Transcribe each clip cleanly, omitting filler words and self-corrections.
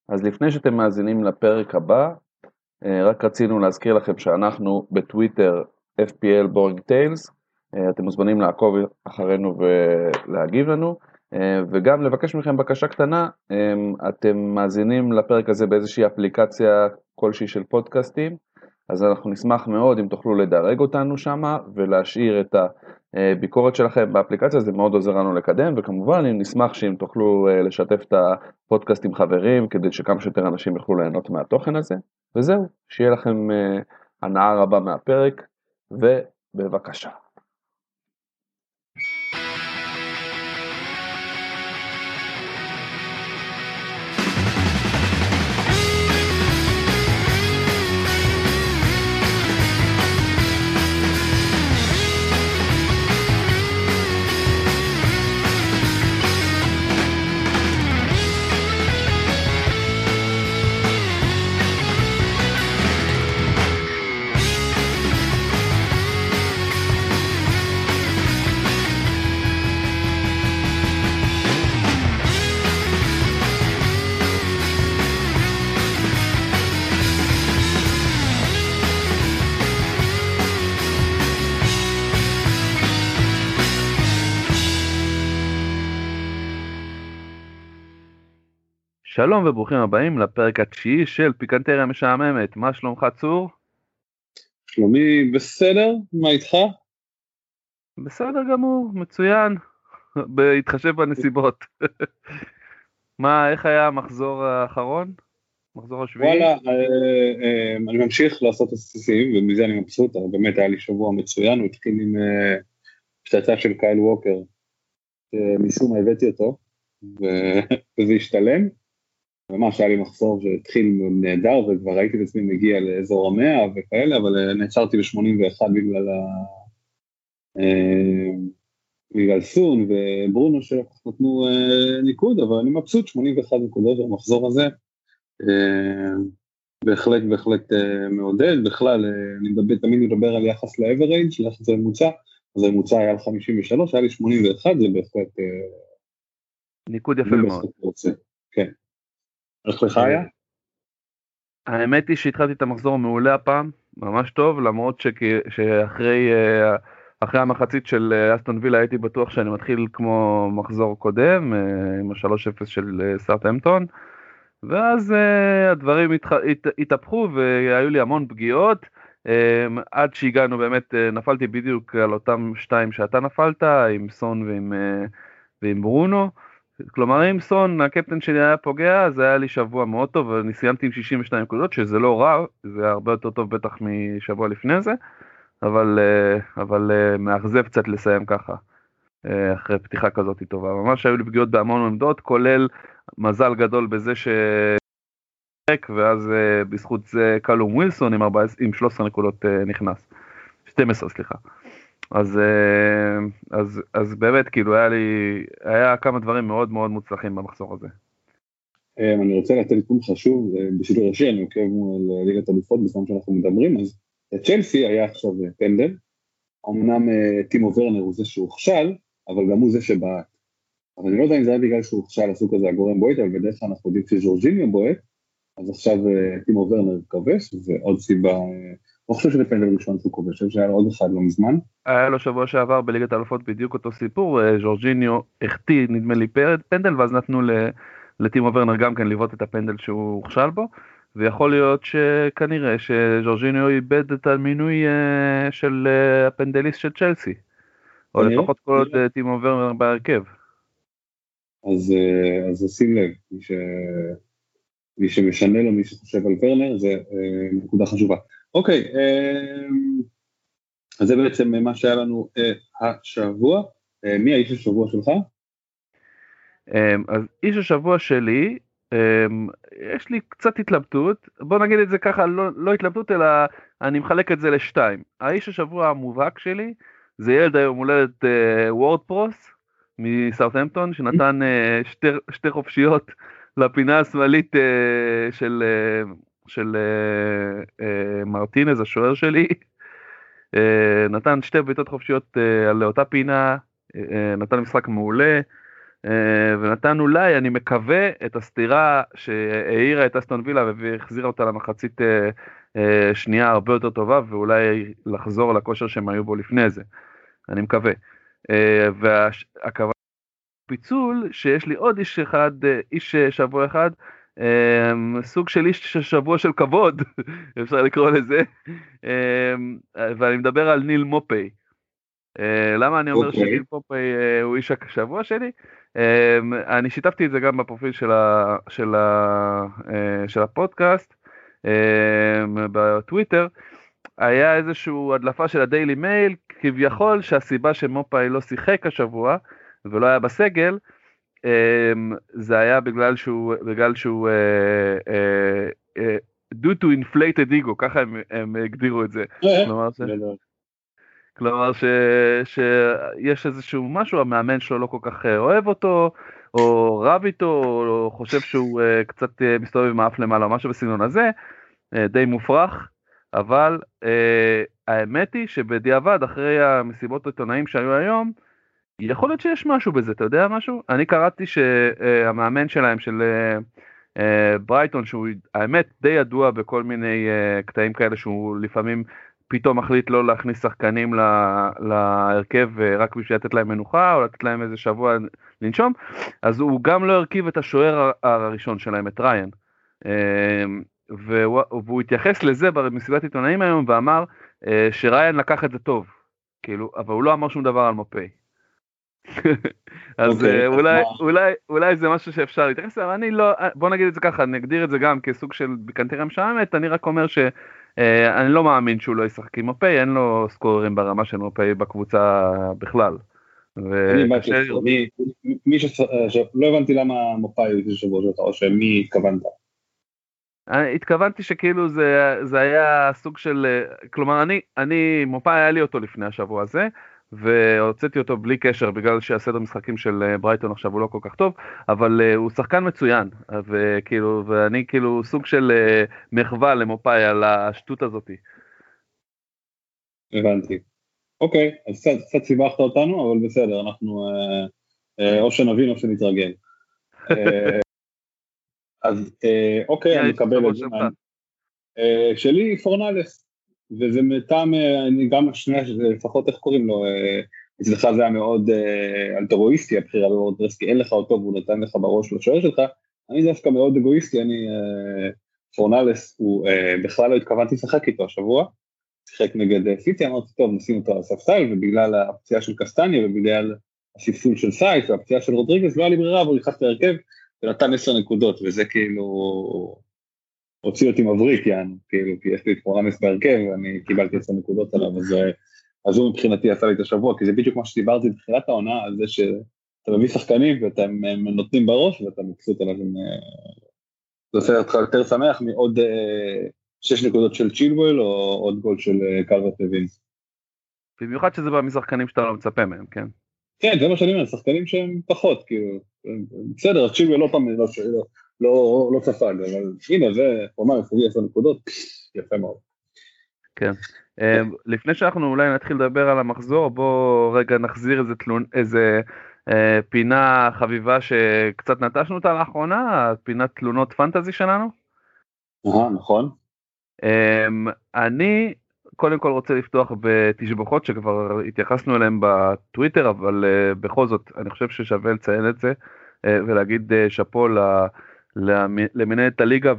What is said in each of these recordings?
אז לפני שאתם מאזינים לפרק הבא, רק רצינו להזכיר לכם שאנחנו בטוויטר FPL Boring Tales, אתם מוזמנים לעקוב אחרינו ולהגיב לנו, וגם לבקש מכם בקשה קטנה, אתם מאזינים לפרק הזה באיזושהי אפליקציה כלשהי של פודקאסטים, אז אנחנו נשמח מאוד אם תוכלו לדרג אותנו שם ולהשאיר את הביקורת שלכם באפליקציה, זה מאוד עוזר לנו לקדם, וכמובן נשמח שאם תוכלו לשתף את הפודקאסט עם חברים, כדי שכמה שיותר אנשים יוכלו ליהנות מהתוכן הזה, וזהו, שיהיה לכם הנאה רבה מהפרק, ובבקשה. שלום וברוכים הבאים לפרק התשיעי של פיקנטריה משעממת. מה שלומך צור? שלומי בסדר, מה איתך? בסדר גמור, מצוין, בהתחשב בנסיבות. מה, איך היה המחזור האחרון? מחזור השביעי? וואלה, אני ממשיך לעשות עסיסים ומזה אני מבסוט, אבל באמת היה לי שבוע מצוין, הוא התחיל עם פצצה של קייל ווקר, משום מה הבאתי אותו, וזה השתלם, ממש היה לי מחזור שהתחיל נהדר, וכבר ראיתי את עצמי מגיע לאזור 100 וכאלה, אבל נעצרתי ב-81 בגלל סון וברונו שנתנו ניקוד, אבל אני מבסוט, 81 נקודות במחזור הזה, בהחלט מעודד. בכלל אני תמיד מדבר על יחס לאברג', יחס לממוצע, אז הממוצע היה על 53, היה לי 81, זה בהחלט ניקוד יפה מאוד. כן. איך לך היה? האמת היא שהתחלתי את המחזור מעולה הפעם, ממש טוב, למרות שאחרי המחצית של אסטון וילה הייתי בטוח שאני מתחיל כמו מחזור קודם, עם ה-3-0 של סאות'המפטון, ואז הדברים התהפכו והיו לי המון פגיעות, עד שהגענו באמת, נפלתי בדיוק על אותם שתיים שאתה נפלת, עם סון ועם ברונו. כלומר, אם סון, הקפטן שלי היה פוגע, זה היה לי שבוע מאוד טוב, ואני סיימתי עם 62 נקודות, שזה לא רע, זה הרבה יותר טוב בטח משבוע לפני זה, אבל מאכזב קצת לסיים ככה, אחרי פתיחה כזאת טובה. ממש היו לי פגיעות בהמון עמדות, כולל מזל גדול בזה ואז בזכות זה קלום ווילסון עם 13 נקודות נכנס, 12 סליחה. אז באמת כאילו היה כמה דברים מאוד מאוד מוצלחים במחזור הזה. אני רוצה לתת נתון חשוב, בשידור ישיר אני עוקב על ליגת אלופות בזמן שאנחנו מדברים, אז צ'לסי היה עכשיו פנדל, אמנם טימו ורנר הוא זה שהוכשל, אבל גם הוא זה שבעט. אבל אני לא יודע אם זה היה בגלל שהוא הוכשל עשו כזה הגורם בועט, אבל בדרך כלל אנחנו יודעים שז'ורג'יניו בועט, אז עכשיו טימו ורנר כבש, ועוד סיבה, לא חושב שזה פנדל ראשון שהוא כובש, אני חושב שהיה לו עוד אחד לא מזמן. היה לו שבוע שעבר בליגת האלופות בדיוק אותו סיפור, ז'ורג'יניו החטיא נדמה לי פנדל, ואז נתנו לטימו ורנר גם כן לבעוט את הפנדל שהוא הוכשל בו, ויכול להיות שכנראה שז'ורג'יניו איבד את המינוי של הפנדליסט של צ'לסי, או לפחות כל עוד טימו ורנר בהרכב. אז שים לב, מי שמשנה לו, מי שחושב על ורנר, זה נקודה חשובה. אוקיי, אז זה בעצם מה שהיה לנו השבוע. מי האיש השבוע שלך? אז איש השבוע שלי, יש לי קצת התלבטות, בוא נגיד את זה ככה, לא התלבטות, אלא אני מחלק את זה לשתיים. האיש השבוע המובהק שלי, זה ילד היום הולדת וורד פרוס, מסאות'המפטון, שנתן שתי חופשיות לפינה השמאלית של מרטינז, השוער שלי, נתן שתי בעיטות חופשיות על אותה פינה, נתן משחק מעולה, ונתן אולי, אני מקווה, את הסתירה שהעירה את אסטון וילה והחזירה אותה למחצית שנייה הרבה יותר טובה, ואולי לחזור לכושר שהם היו בו לפני זה. אני מקווה. והכוונה פיצול, שיש לי עוד איש שבוע אחד, סוג של איש שבוע של כבוד, אפשר לקרוא לזה, ואני מדבר על ניל מופי. למה אני אומר שניל מופי הוא איש השבוע שלי? אני שיתפתי את זה גם בפרופיל של הפודקאסט, בטוויטר. היה איזשהו הדלפה של הדיילי מייל, כביכול שהסיבה שמופי לא שיחק השבוע, ולא היה בסגל, זה היה בגלל שהוא due to inflated ego, ככה הם הגדירו את זה. כלומר שיש איזשהו משהו, המאמן שלו לא כל כך אוהב אותו, או רב איתו, או חושב שהוא קצת מסתובב עם האף למעלה, או משהו בסגנון הזה, די מופרך, אבל האמת היא שבדיעבד, אחרי המסיבות העיתונאים שהיו היום, יכול להיות שיש משהו בזה, אתה יודע משהו? אני קראתי שהמאמן שלהם, של ברייטון, שהוא האמת די ידוע בכל מיני קטעים כאלה, שהוא לפעמים פתאום מחליט לא להכניס שחקנים להרכב רק בשביל לתת להם מנוחה, או לתת להם איזה שבוע לנשום, אז הוא גם לא הרכיב את השוער הראשון שלהם, את ריין. והוא התייחס לזה במסיבת עיתונאים היום, ואמר שריין לקח את זה טוב, כאילו, אבל הוא לא אמר שום דבר על מופי. אז אולי זה משהו שאפשר להתייחס, אבל אני לא, בוא נגיד את זה ככה, נגדיר את זה גם כסוג של בקנטריה משעמת, אני רק אומר שאני לא מאמין שהוא לא ישחק עם מופי, אין לו סקוררים ברמה של מופי בקבוצה בכלל. לא הבנתי למה מופי זה שבוע שלך, או שמי התכוונת? התכוונתי שכאילו זה היה סוג של, כלומר אני מופי היה לי אותו לפני השבוע הזה, והוצאתי אותו בלי קשר, בגלל שהסדר משחקים של ברייטון עכשיו הוא לא כל כך טוב, אבל הוא שחקן מצוין, ואני כאילו סוג של מחווה למופאי על השטות הזאת. הבנתי. אוקיי, אז קצת סיבכת אותנו, אבל בסדר, אנחנו או שנבין או שנתרגל. אז אוקיי, אני מקבל את זה. שלי פורנלס. וזה מטעם, אני גם השנייה, לפחות איך קוראים לו, אצלך זה היה מאוד אלטרואיסטי, הבחירה בוורדרסקי, אין לך אותו והוא נתן לך בראש לשוער שלך, אני דווקא מאוד אגואיסטי, פורנלס, הוא בכלל לא התכוונתי לשחק איתו השבוע, שיחק נגד סיטי, אמרתי טוב, נשים אותו על הספסל, ובגלל הפציעה של קסטניה, ובגלל הספסול של סייס, והפציעה של רודריגז, לא היה לי ברירה, והוא נכנס להרכב, ונתן 10 נקודות, וזה כאילו הוציא אותי מבריק, כאילו, כי יש לי את פורנלס בהרכב, ואני קיבלתי 10 נקודות עליו, אז הוא מבחינתי עשה לי את השבוע, כי זה בדיוק מה שדיברתי בתחילת העונה, על זה שאתה מביא שחקנים, ואתם נותנים בראש, ואתה מקסות עליו, זה עושה אותך יותר שמח מעוד 6 נקודות של צ'ילואל, או עוד גול של קלברט לוין. במיוחד שזה במשחקנים שאתה לא מצפה מהם, כן? כן, זה מה שאני אומר, שחקנים שהם פחות, כאילו, בסדר, צ'ילואל לא פעם, לא ספג, אבל הנה, זה פורמה מפוגי 10 נקודות, יפה מאוד. כן, לפני שאנחנו אולי נתחיל לדבר על המחזור, בוא רגע נחזיר איזה פינה חביבה שקצת נטשנו אותה לאחרונה, פינת תלונות פנטזי שלנו. נכון. אני קודם כל רוצה לפתוח בתשבחות שכבר התייחסנו אליהם בטוויטר, אבל בכל זאת אני חושב ששווה לציין את זה, ולהגיד שפו למנהלת הליגה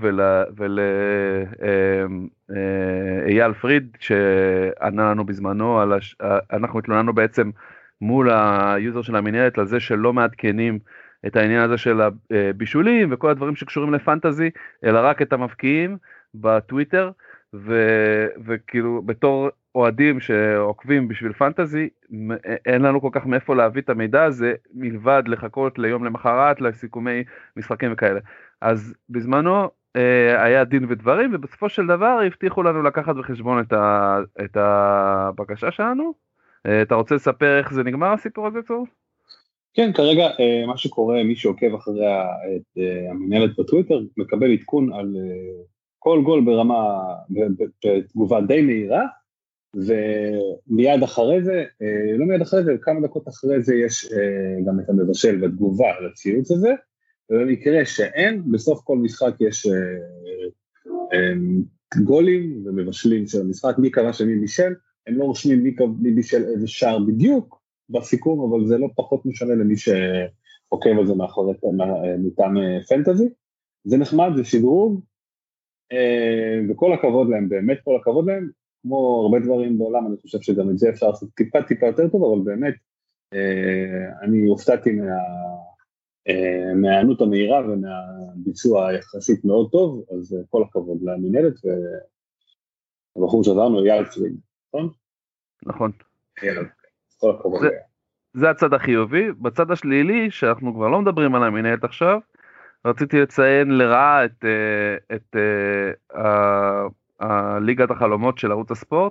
ולאייל פריד שענה לנו בזמנו, אנחנו התלוננו בעצם מול היוזר של המנהלת על זה שלא מעדכנים את העניין הזה של הבישולים וכל הדברים שקשורים לפנטזי, אלא רק את המבקיעים בטוויטר, וכאילו בתור אוהדים שעוקבים בשביל פנטזי, אין לנו כל כך מאיפה להביא את המידע הזה, מלבד לחכות ליום למחרת, לסיכומי משחקים וכאלה. אז בזמנו היה דין ודברים, ובסופו של דבר הבטיחו לנו לקחת בחשבון את הבקשה שלנו. אתה רוצה לספר איך זה נגמר הסיפור הזה, צור? כן, כרגע מה שקורה, מי שעוקב אחרי המנהלת בטוויטר, מקבל עדכון על כל גול ברמה, בתגובה די מהירה, ומיד אחרי זה, לא מיד אחרי זה, כמה דקות אחרי זה יש גם את המבשל בתגובה לציוץ הזה, ובמקרה שאין, בסוף כל משחק יש גולים ומבשלים של המשחק, מי קרא שמי בישל, הם לא רושמים מי בישל איזה שער בדיוק בסיכום, אבל זה לא פחות משנה למי שעוקב על זה מאחורי מטעם פנטזי, זה נחמד, זה שדרוג, וכל הכבוד להם, באמת כל הכבוד להם, כמו הרבה דברים בעולם, אני חושב שגם את זה אפשר לעשות טיפה יותר טוב, אבל באמת, אני הופתעתי מהענות המהירה ומהביצוע היחסית מאוד טוב, אז כל הכבוד למנהלת, והבחור שעברנו, אייל פריד, נכון? נכון. כל הכבוד. זה הצד החיובי. בצד השלילי, שאנחנו כבר לא מדברים על המנהלת עכשיו, רציתי לציין לרעה את ליגת החלומות של ערוץ הספורט.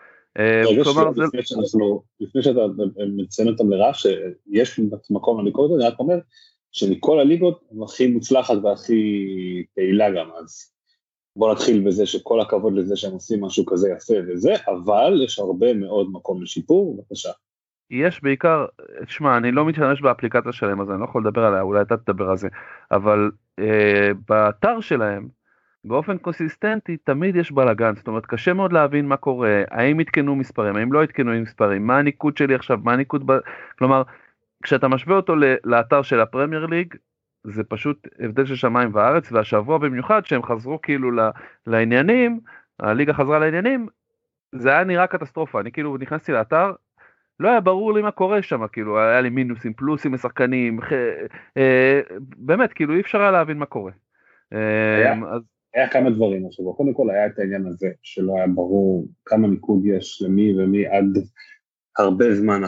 לפני שאתה מציין אותם לרעה, שיש מקום לביקורת, אני רק אומר שמכל הליגות הכי מוצלחת והכי פעילה גם, אז בוא נתחיל בזה שכל הכבוד לזה שהם עושים משהו כזה יפה וזה, אבל יש הרבה מאוד מקום לשיפור, בבקשה. יש בעיקר, תשמע, אני לא משתמש באפליקציה שלהם, אז אני לא יכול לדבר עליה, אולי אתה תדבר על זה, אבל באתר שלהם, באופן קונסיסטנטי, תמיד יש בלגן, זאת אומרת, קשה מאוד להבין מה קורה, האם יתקנו מספרים, האם לא יתקנו מספרים, מה הניקוד שלי עכשיו, מה הניקוד, כלומר, כשאתה משווה אותו לאתר של הפרמייר ליג, זה פשוט הבדל של שמיים וארץ, והשבוע במיוחד שהם חזרו כאילו לעניינים, הליגה חזרה לעניינים, זה היה נראה קטסטרופה, אני כאילו נכנסתי לאתר, לא היה ברור לי מה קורה שם, כאילו היה לי מינוסים, פלוסים לשחקנים, באמת, כאילו אי אפשר היה להבין מה קורה. היה כמה דברים, עכשיו, קודם כל היה את העניין הזה, שלא היה ברור כמה ניקוד יש למי ומי עד הרבה זמן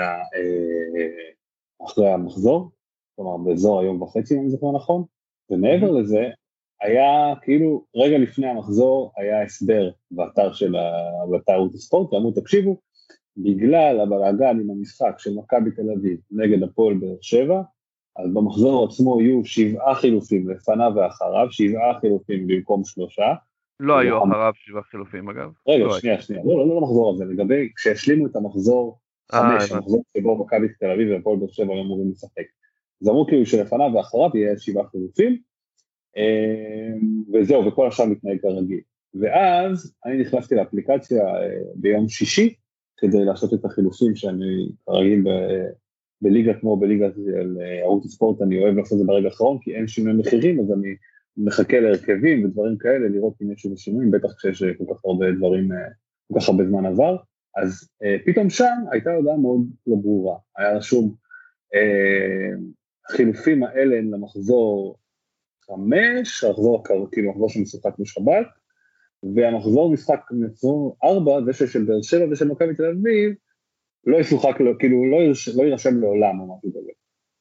אחרי המחזור, כלומר באזור היום וחצי, אם זה כבר נכון, ומעבר לזה, היה כאילו רגע לפני המחזור, היה הסבר באתר ערוץ הספורט, ואמרו תקשיבו, בגלל הבלגן עם המשחק של מכבי תל אביב נגד הפועל באר שבע, אז במחזור עצמו יהיו 7 חילופים לפניו ואחריו, 7 חילופים במקום 3. לא היו אחריו 7 חילופים אגב. רגע, שנייה, לא למחזור הזה, לגבי כשהשלימו את המחזור 5, המחזור שבו מכבי תל אביב והפועל באר שבע אמורים לשחק. אז אמרו כאילו שלפניו ואחריו יהיה 7 חילופים, וזהו, וכל השאר מתנהג כרגיל. ואז אני נכנסתי לאפליקציה ביום שישי, כדי לעשות את החילופים שאני כרגיל בליגה כמו בליגה של ערוץ הספורט, אני אוהב לעשות את זה ברגע האחרון, כי אין שינוי מחירים, אז אני מחכה להרכבים ודברים כאלה, לראות אם יש שינויים, בטח כשיש כל כך הרבה דברים, כל כך הרבה זמן עבר, אז פתאום שם הייתה הודעה מאוד לא ברורה, היה רשום, החילופים האלה למחזור 5, כאילו מחזור שמשחק בשבת, והמחזור משחק מחזור 4, זה של באר שבע ושל מכבי תל אביב, לא ישוחק, כאילו לא יירשם לעולם או משהו כזה.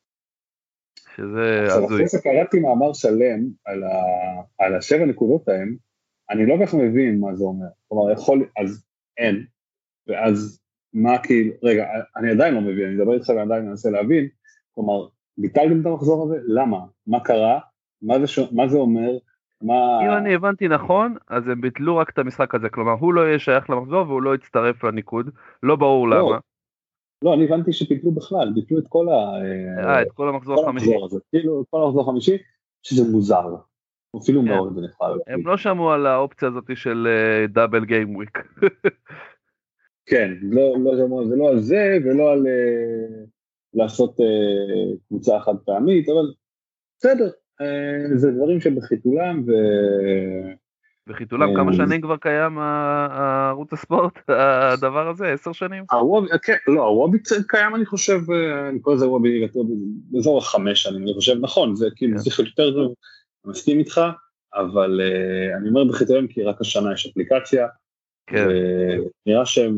שזה עכשיו, אחרי שקראתי מאמר שלם על 7 נקודות ההם, אני לא כך מבין מה זה אומר. כלומר, אז אין, ואז מה כאילו, רגע, אני עדיין לא מבין, אני מדבר איתך ועדיין מנסה להבין, כלומר, ביטלתם את המחזור הזה? למה? מה קרה? מה זה אומר? אם אני הבנתי נכון, אז הם ביטלו רק את המשחק הזה, כלומר, הוא לא יהיה שייך למחזור והוא לא יצטרף לניקוד, לא ברור למה. לא, אני הבנתי שביטלו בכלל, ביטלו את כל את כל המחזור החמישי. כאילו, כל המחזור החמישי, שזה מוזר, אפילו מאוד בנכלל. הם לא שמעו על האופציה הזאת של דאבל גיים וויק. כן, לא שמעו על זה, לא על זה, ולא על לעשות קבוצה חד פעמית, אבל בסדר, זה דברים שבחיתולם וחיתולם, כמה שנים כבר קיים ערוץ הספורט, הדבר הזה, 10 שנים? לא, הוובי קיים, אני חושב, אני קורא לזה וובי, באזור 5 שנים, אני חושב, נכון, זה כאילו צריך יותר טוב, אני מסכים איתך, אבל אני אומר בחיתולם, כי רק השנה יש אפליקציה, ונראה שהם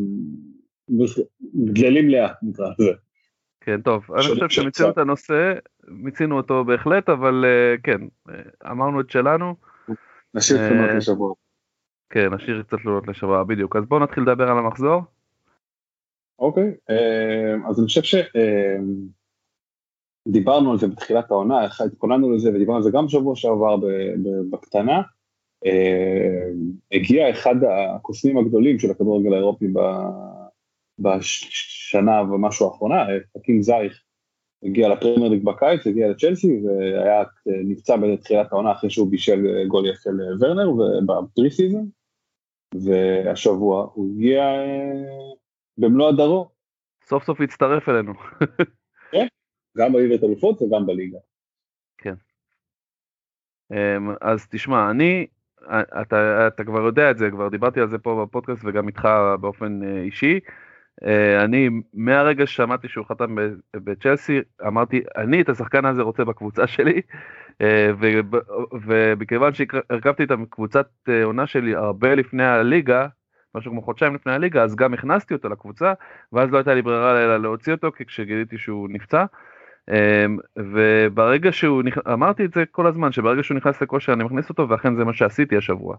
גדלים לאט, נקרא לזה. כן, טוב, אני חושב שמיצינו את הנושא, מיצינו אותו בהחלט, אבל כן, אמרנו את שלנו. נשאיר תלונות לשבוע. כן, נשאיר קצת תלונות לשבוע, בדיוק. אז בואו נתחיל לדבר על המחזור. אוקיי, אז אני חושב שדיברנו על זה בתחילת העונה, התכוננו לזה ודיברנו על זה גם שבוע שעבר בקטנה, הגיע אחד הקוסמים הגדולים של הכדורגל האירופי בשנה ומשהו האחרונה, חכים זייך, הגיע לפרמייר ליג בקיץ, הגיע לצ'לסי, והיה נפצע בתחילת העונה אחרי שהוא בישל גול יפה לוורנר בפרי סיזן, והשבוע הוא הגיע במלוא הדרו. סוף סוף הצטרף אלינו. כן, גם בליגת האלופות וגם בליגה. כן. אז תשמע, אתה כבר יודע את זה, כבר דיברתי על זה פה בפודקאסט וגם איתך באופן אישי. אני מהרגע ששמעתי שהוא חתם בצ'לסי, אמרתי, אני את השחקן הזה רוצה בקבוצה שלי, ובכיוון שהרכבתי את הקבוצת עונה שלי הרבה לפני הליגה, משהו כמו חודשיים לפני הליגה, אז גם הכנסתי אותו לקבוצה, ואז לא הייתה לי ברירה אלא להוציא אותו, כשגיליתי שהוא נפצע, וברגע שהוא, אמרתי את זה כל הזמן, שברגע שהוא נכנס לכושר אני מכניס אותו, ואכן זה מה שעשיתי השבוע.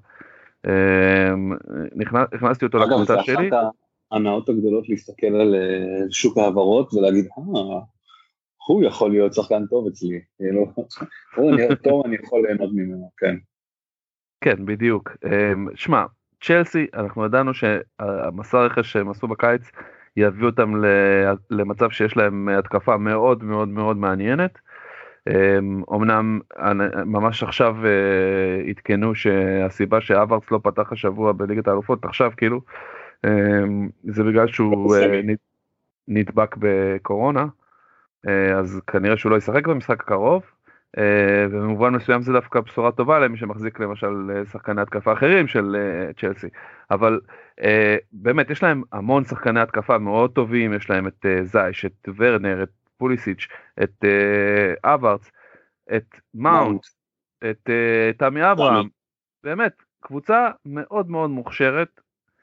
הכנסתי אותו לקבוצה שלי. הנאות הגדולות להסתכל על שוק העברות ולהגיד, הוא יכול להיות שחקן טוב אצלי, הוא נראה טוב, אני יכול ליהנות ממנו, כן. כן, בדיוק. שמע, צ'לסי, אנחנו ידענו שהמסע רכש שהם עשו בקיץ, יביא אותם למצב שיש להם התקפה מאוד מאוד מאוד מעניינת. אמנם ממש עכשיו התקנו שהסיבה שאברץ לא פתח השבוע בליגת האלופות, עכשיו כאילו, זה בגלל שהוא נדבק בקורונה, אז כנראה שהוא לא ישחק במשחק הקרוב, ובמובן מסוים זה דווקא בשורה טובה למי שמחזיק למשל שחקני התקפה אחרים של צ'לסי, אבל באמת יש להם המון שחקני התקפה מאוד טובים, יש להם את זייש, את ורנר, את פוליסיץ', את אברץ, את מאונט, את תמי אברהם, באמת קבוצה מאוד מאוד מוכשרת.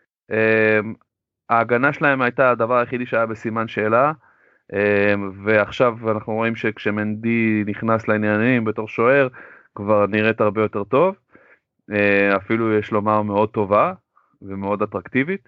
ההגנה שלהם הייתה הדבר היחידי שהיה בסימן שאלה, ועכשיו אנחנו רואים שכשמנדי נכנס לעניינים בתור שוער, כבר נראית הרבה יותר טוב, אפילו יש לומר מאוד טובה ומאוד אטרקטיבית.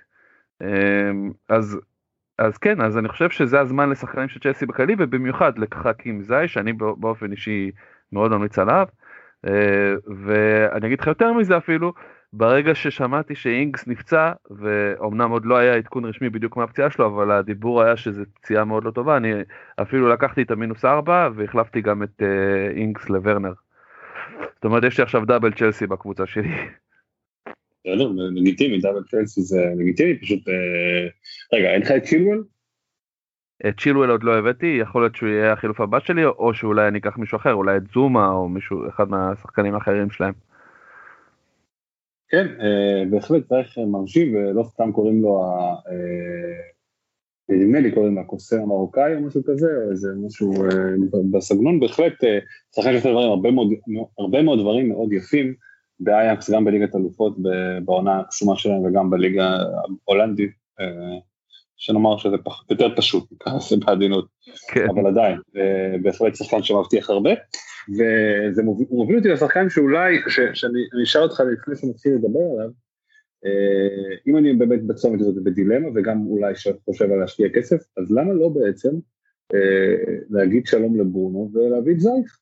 אז כן, אז אני חושב שזה הזמן לשחקנים של צ'לסי בכללי, ובמיוחד לחכים זי, שאני באופן אישי מאוד ממליץ עליו, ואני אגיד לך יותר מזה אפילו, ברגע ששמעתי שאינגס נפצע, ואומנם עוד לא היה עדכון רשמי בדיוק מהפציעה שלו, אבל הדיבור היה שזה פציעה מאוד לא טובה, אני אפילו לקחתי את ה-4 והחלפתי גם את אינגס לוורנר. זאת אומרת, יש לי עכשיו דאבל צ'לסי בקבוצה שלי. בסדר, לגיטימי, דאבל צ'לסי זה לגיטימי, פשוט, רגע, אין לך את צ'ילואל? את צ'ילואל עוד לא הבאתי, יכול להיות שהוא יהיה החילוף הבא שלי, או שאולי אני אקח מישהו אחר, אולי את זומה, או מישהו, אחד מהשחקנים האחרים שלהם. כן, בהחלט צריך מרשים, ולא סתם קוראים לו, נדמה לי קוראים לו הקוסם המרוקאי או משהו כזה, או איזה משהו בסגנון, בהחלט צריך לעשות דברים, הרבה מאוד דברים מאוד יפים, באייקס, גם בליגת אלופות, בעונה הקסומה שלהם, וגם בליגה ההולנדית, שנאמר שזה יותר פשוט, זה בעדינות, אבל עדיין, בהחלט שחקן שמבטיח הרבה, והוא מוביל אותי לשחקן שאולי, שאני אשאל אותך לפני שנתחיל לדבר עליו, אם אני באמת בצומת הזאת בדילמה, וגם אולי חושב על להשקיע כסף, אז למה לא בעצם להגיד שלום לברונו ולהביא את זייך?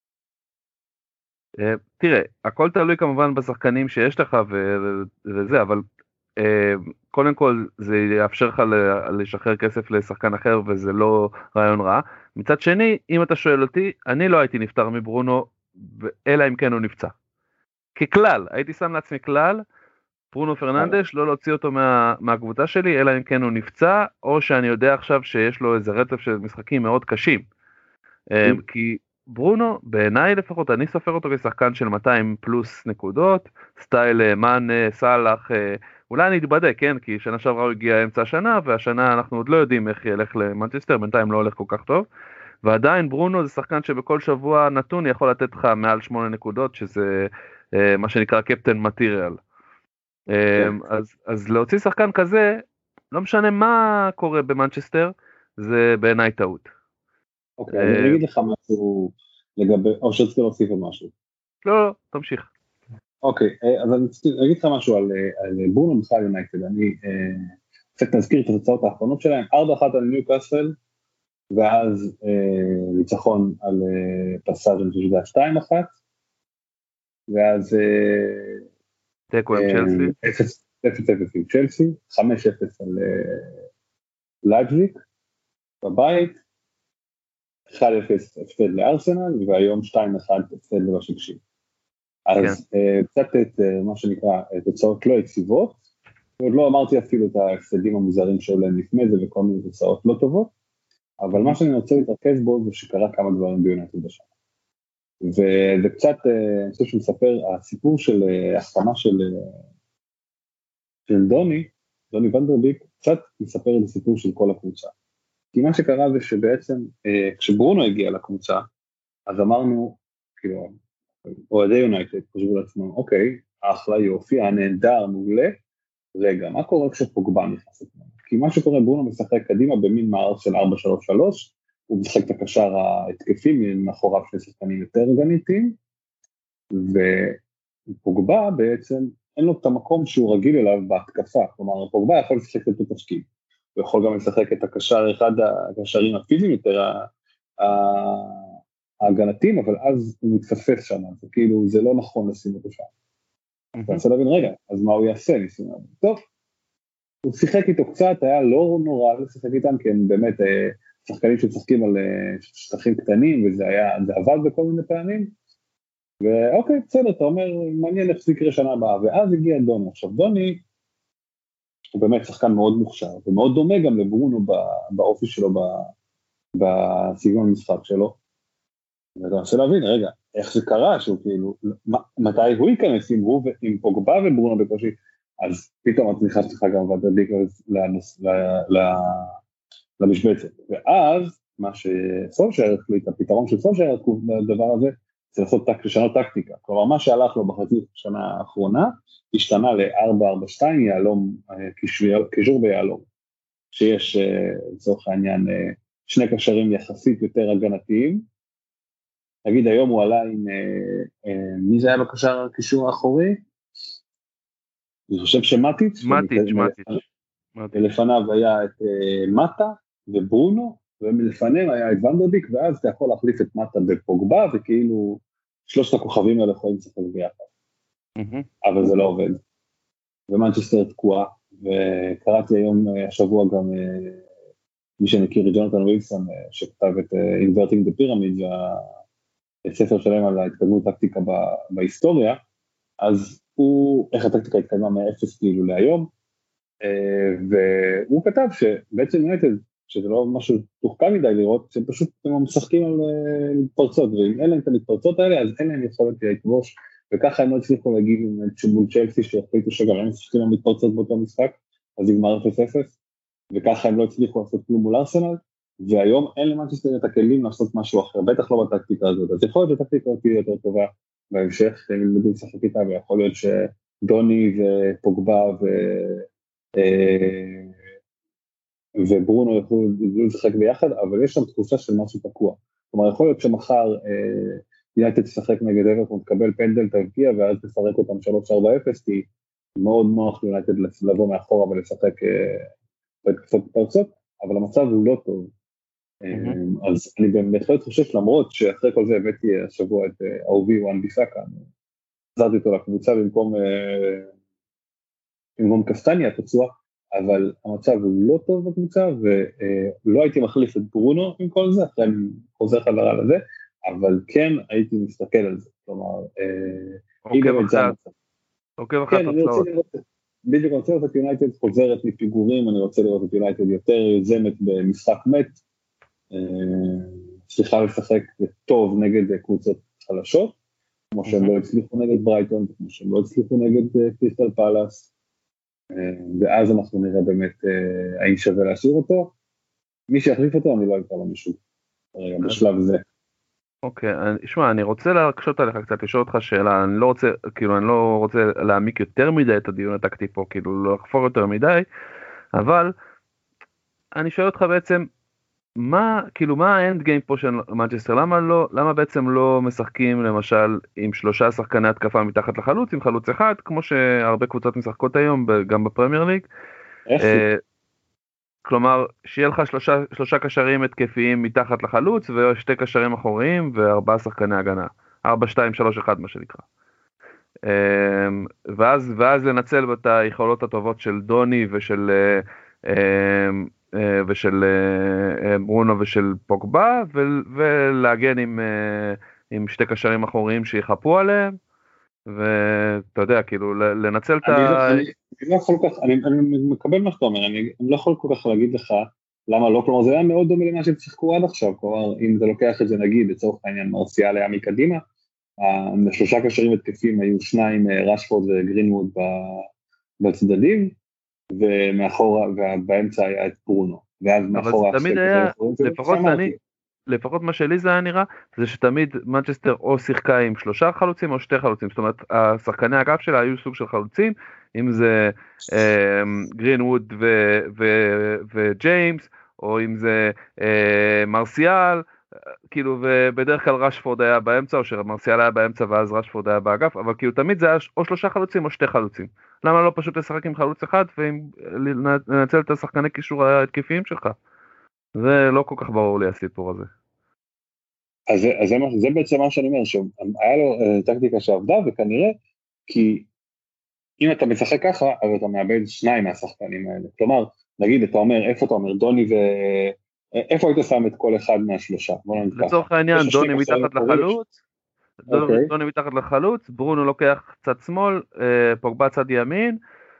תראה, הכל תלוי כמובן בשחקנים שיש לך וזה, אבל קודם כל זה יאפשר לך לשחרר כסף לשחקן אחר, וזה לא רעיון רע. מצד שני, אם אתה שואל אותי, אני לא הייתי נפטר מברונו, אלא אם כן הוא נפצע. ככלל, הייתי שם לעצמי כלל, ברונו פרננדש, לא להוציא אותו מהקבוצה שלי, אלא אם כן הוא נפצע, או שאני יודע עכשיו שיש לו איזה רצף של משחקים מאוד קשים. כי ברונו, בעיניי לפחות, אני סופר אותו כשחקן של 200 פלוס נקודות, סטייל מן, סלח, אולי אני אתבדק, כן? כי שנה שעברה הוא הגיע אמצע השנה, והשנה אנחנו עוד לא יודעים איך ילך למנצ'סטר, בינתיים לא הולך כל כך טוב, ועדיין ברונו זה שחקן שבכל שבוע נתון יכול לתת לך מעל 8 נקודות, שזה מה שנקרא קפטן מטריאל. אז להוציא שחקן כזה, לא משנה מה קורה במנצ'סטר, זה בעיניי טעות. אוקיי, אני אגיד לך משהו לגבי, או שרציתי להוסיף משהו. לא, תמשיך. אוקיי, אז אני אגיד לך משהו על ברונו בכלל יונייטד, אני קצת נזכיר את התוצאות האחרונות שלהם, 4-1 על ניוקאסל, ואז ניצחון על פסאז' אני חושב שזה 2-1, ואז תיקו עם צ'לסי. 0-0 עם צ'לסי, 5-0 על לייפזיג בבית, 1-0 הפסד לארסנל, והיום 2-1 הפסד לבשקשי. אז קצת את מה שנקרא תוצאות לא יציבות, ועוד לא אמרתי אפילו את ההפסדים המוזרים שעולים לפני זה, וכל מיני תוצאות לא טובות, אבל מה שאני רוצה להתרכז בו זה שקרה כמה דברים ביונייטד בשנה. וזה קצת, אני חושב שמספר, הסיפור של החתמה של דוני ונדרביק, קצת מספר את הסיפור של כל הקבוצה. כי מה שקרה זה שבעצם, כשברונו הגיע לקבוצה, אז אמרנו, כאילו, אוהדי יונייטד חשבו לעצמם, אוקיי, אחלה יופי, הנהדר, מעולה, רגע, מה קורה כשפוגבה נכנס לתמונה? כי מה שקורה, ברונו משחק קדימה במין מערך של 4-3-3, הוא משחק את הקשר ההתקפי, מאחוריו שני שחקנים יותר הגנתיים, ופוגבה בעצם, אין לו את המקום שהוא רגיל אליו בהתקפה, כלומר, פוגבה יכול לשחק את התפקיד, הוא יכול גם לשחק את הקשר, אחד הקשרים הפיזיים יותר ההגנתיים, אבל אז הוא מתפספס שם, זה כאילו, זה לא נכון לשים אותו שם. אתה רוצה להבין, רגע, אז מה הוא יעשה? טוב, הוא שיחק איתו קצת, היה לא נורא לשחק איתם, כי הם באמת שחקנים שצחקים על שטחים קטנים, וזה עבד בכל מיני פעמים, ואוקיי, בסדר, אתה אומר, מעניין איך זה יקרה שנה הבאה, ואז הגיע דוני. עכשיו, דוני הוא באמת שחקן מאוד מוכשר, ומאוד דומה גם לברונו באופי שלו, בסגנון המשחק שלו, ואתה רוצה להבין, רגע, איך זה קרה, שהוא כאילו, מתי הוא ייכנס עם פוגבה וברונו בקושי, אז פתאום את נכנסת לך גם ודדיק למשבצת, ואז מה שסולשייר החליט, הפתרון של סולשייר לדבר הזה, זה לשנות טקטיקה, כלומר מה שהלך לו בחצי שנה האחרונה, השתנה ל-4-4-2 יעלום, קישור ביעלום, שיש לצורך העניין שני קשרים יחסית יותר הגנתיים, נגיד היום הוא עלה עם, מי זה היה בקשר הקישור האחורי? אני חושב שמטיץ'. ולפניו היה את מטה וברונו, ומלפניהם היה את ונדרביק, ואז אתה יכול להחליף את מטה בפוגבה, וכאילו שלושת הכוכבים האלה יכולים לשחק ביחד. אבל זה לא עובד. ומנצ'סטר תקועה, וקראתי היום השבוע גם מי שמכיר, ג'ונתן ווילסון, שכתב את Inverting the Pyramid, ספר שלהם על ההתקדמות טקטיקה בהיסטוריה, אז איך הטקטיקה התקדמה מ-0 כאילו להיום, והוא כתב שבעצם יונייטד, שזה לא משהו תוחכם מדי לראות, שפשוט הם משחקים על מתפרצות, ואם אין להם את המתפרצות האלה, אז אין להם יכולת להתגבוש, וככה הם לא הצליחו להגיד עם מול צ'לסי, שהחליטו שגם הם משחקים על מתפרצות באותו משחק, אז נגמר 0-0, וככה הם לא הצליחו לעשות כלום מול ארסנל, והיום אין למנצ'סטר את הכלים לעשות משהו אחר, בטח לא בטקטיקה הזאת, אז יכול להיות שהטקטיקה תהיה יותר טובה בהמשך, הם ילמדו לשחק איתה, ויכול להיות שדוני ופוגבה וברונו יוכלו לשחק ביחד, אבל יש שם תחושה של משהו תקוע, כלומר יכול להיות שמחר יונייטד תשחק נגד אברטון, תקבל פנדל, תבקיע, ואז תפרק אותם 3-4-0, כי מאוד נוח יונייטד לבוא מאחורה ולשחק בתקופות פרצות, אבל המצב הוא לא טוב, אז אני בהחלט חושב למרות שאחרי כל זה הבאתי השבוע את אהובי וואן ביסאקה, חזרתי אותו לקבוצה במקום קסטניה פצוע, אבל המצב הוא לא טוב בקבוצה, ולא הייתי מחליף את ברונו עם כל זה, אחרי אני חוזר חזרה לזה, אבל כן הייתי מסתכל על זה, כלומר, עוקב אחת הצלעות. בדיוק רוצה לראות את יונייטד חוזרת מפיגורים, אני רוצה לראות את יונייטד יותר יוזמת במשחק מת, צריכה לשחק טוב נגד קבוצות חלשות, כמו שהם לא הצליחו נגד ברייטון, כמו שהם לא הצליחו נגד קריסטל פלאס, ואז אנחנו נראה באמת האם שווה להשאיר אותו, מי שיחליף אותו אני לא אקרא לו מישהו, בשלב זה. אוקיי, שמע, אני רוצה להקשות עליך קצת, לשאול אותך שאלה, אני לא רוצה להעמיק יותר מדי את הדיון הטקטי פה, כאילו לא לחפור יותר מדי, אבל אני שואל אותך בעצם, מה האנד גיים פה של מנצ'סטר, למה בעצם לא משחקים למשל עם 3 שחקני התקפה מתחת לחלוץ, עם חלוץ אחד, כמו שהרבה קבוצות משחקות היום, גם בפרמייר ליג, כלומר, שיהיה לך 3 קשרים התקפיים מתחת לחלוץ, ו2 קשרים אחוריים, ו4 שחקני הגנה. 4-2-3-1 מה שנקרא. ואז לנצל את היכולות הטובות של דוני ושל ברונו ושל פוגבה, ולהגן עם שתי קשרים אחוריים שיחפו עליהם, ואתה יודע, כאילו, לנצל את אני לא יכול כל כך, אני מקבל מה שאתה אומר, אני לא יכול כל כך להגיד לך למה לא, כלומר זה היה מאוד דומה למה שהם שיחקו עד עכשיו, כלומר אם זה לוקח את זה נגיד, לצורך העניין מרסיאל היה מקדימה, השלושה קשרים התקפים היו שניים, רשפורד וגרינווד בצדדים, ומאחורה, ובאמצע היה את ברונו, ואז מאחורה... אבל תמיד היה, לפחות מה שלי זה היה נראה, זה שתמיד מנצ'סטר או שיחקה עם 3 חלוצים או 2 חלוצים, זאת אומרת, השחקני האגף שלה היו סוג של חלוצים, אם זה גרינווד וג'יימס, או אם זה מרסיאל, כאילו, ובדרך כלל רשפורד היה באמצע, או שמרסיאל היה באמצע ואז רשפורד היה באגף, אבל כאילו תמיד זה היה או 3 חלוצים או 2 חלוצים. למה לא פשוט לשחק עם חלוץ אחד, ולנצל את השחקני קישור ההתקפיים שלך? זה לא כל כך ברור לי הסיפור הזה. אז זה בעצם מה שאני אומר, שהיה לו טקטיקה שעבדה, וכנראה, כי אם אתה משחק ככה, אז אתה מאבד 2 מהשחקנים האלה. כלומר, נגיד, אתה אומר, איפה אתה אומר, דוני איפה היית שם את כל אחד מהשלושה? לצורך העניין, דוני מתחת לחלוץ, דוני מתחת לחלוץ, ברונו לוקח צד שמאל, פוגבה צד ימין,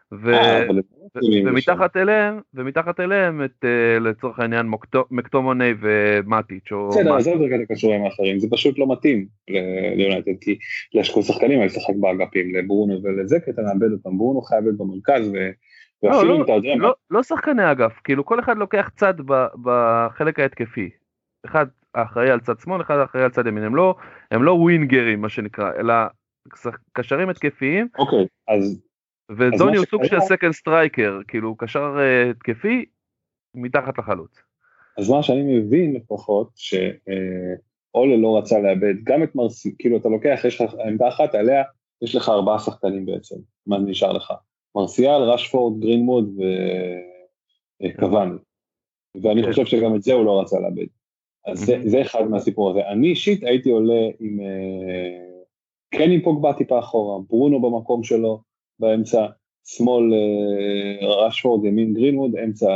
ומתחת אליהם את, לצורך העניין, מקטומוני ומטיץ'. בסדר, זה עוד רגע הקשורים האחרים, זה פשוט לא מתאים ליונייטד, כי לשקול שחקנים לשחק באגפים, לברונו ולזה, כי אתה מאבד אותם, ברונו חייב להיות במרכז, ואפילו אם אתה יודע... לא שחקני אגף, כאילו כל אחד לוקח צד בחלק ההתקפי, אחד אחראי על צד שמאל, אחד אחראי על צד ימין, הם לא ווינגרים מה שנקרא, אלא קשרים התקפיים. אוקיי, אז... ודוני הוא סוג של סקנד סטרייקר, כאילו קשר התקפי מתחת לחלוץ. אז מה שאני מבין לפחות, שאולה לא רצה לאבד, גם את מרסיאל, כאילו אתה לוקח, יש לך עמדה אחת, עליה יש לך 4 שחקנים בעצם, מה נשאר לך? מרסיאל, רשפורד, גרינווד וקוואני. ואני חושב שגם את זה הוא לא רצה לאבד. אז זה אחד מהסיפור הזה. אני אישית הייתי עולה כן עם פוגבה טיפה אחורה, ברונו במקום שלו, באמצע שמאל רשפורד, ימין גרינווד,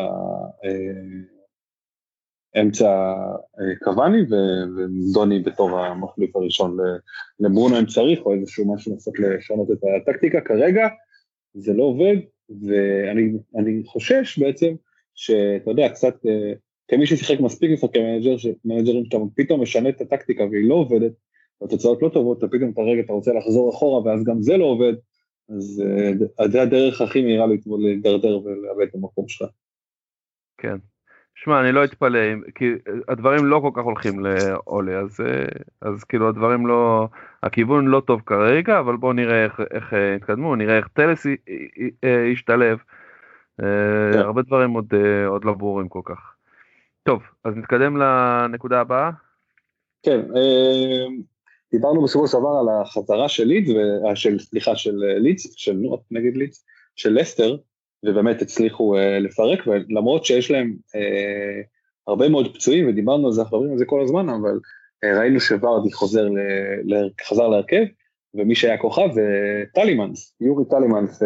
אמצע קוואני ודוני בתור המחליף הראשון לברונו אם צריך, או איזשהו משהו לנסות לשנות את הטקטיקה. כרגע זה לא עובד, ואני חושש בעצם שאתה יודע, קצת כמי ששיחק מספיק לפעמים מנג'רים שאתה פתאום משנה את הטקטיקה והיא לא עובדת, והתוצאות לא טובות, אתה פתאום אתה רוצה לחזור אחורה ואז גם זה לא עובד, אז זה הדרך הכי מהירה להידרדר ולאבד את המקום שלך. כן. שמע, אני לא אתפלא, כי הדברים לא כל כך הולכים לעולה, אז כאילו הדברים לא, הכיוון לא טוב כרגע, אבל בואו נראה איך התקדמו, נראה איך טלס ישתלב, הרבה דברים עוד לא ברורים כל כך. טוב, אז נתקדם לנקודה הבאה. כן, דיברנו בסופו של דבר על החזרה של לידס, של לסטר, ובאמת הצליחו לפרק, ולמרות שיש להם הרבה מאוד פצועים, ודיברנו על זה, אנחנו מדברים על זה כל הזמן, אבל ראינו שוורדי חזר להרכב, ומי שהיה כוכב זה טלימנס, יורי טלימנס,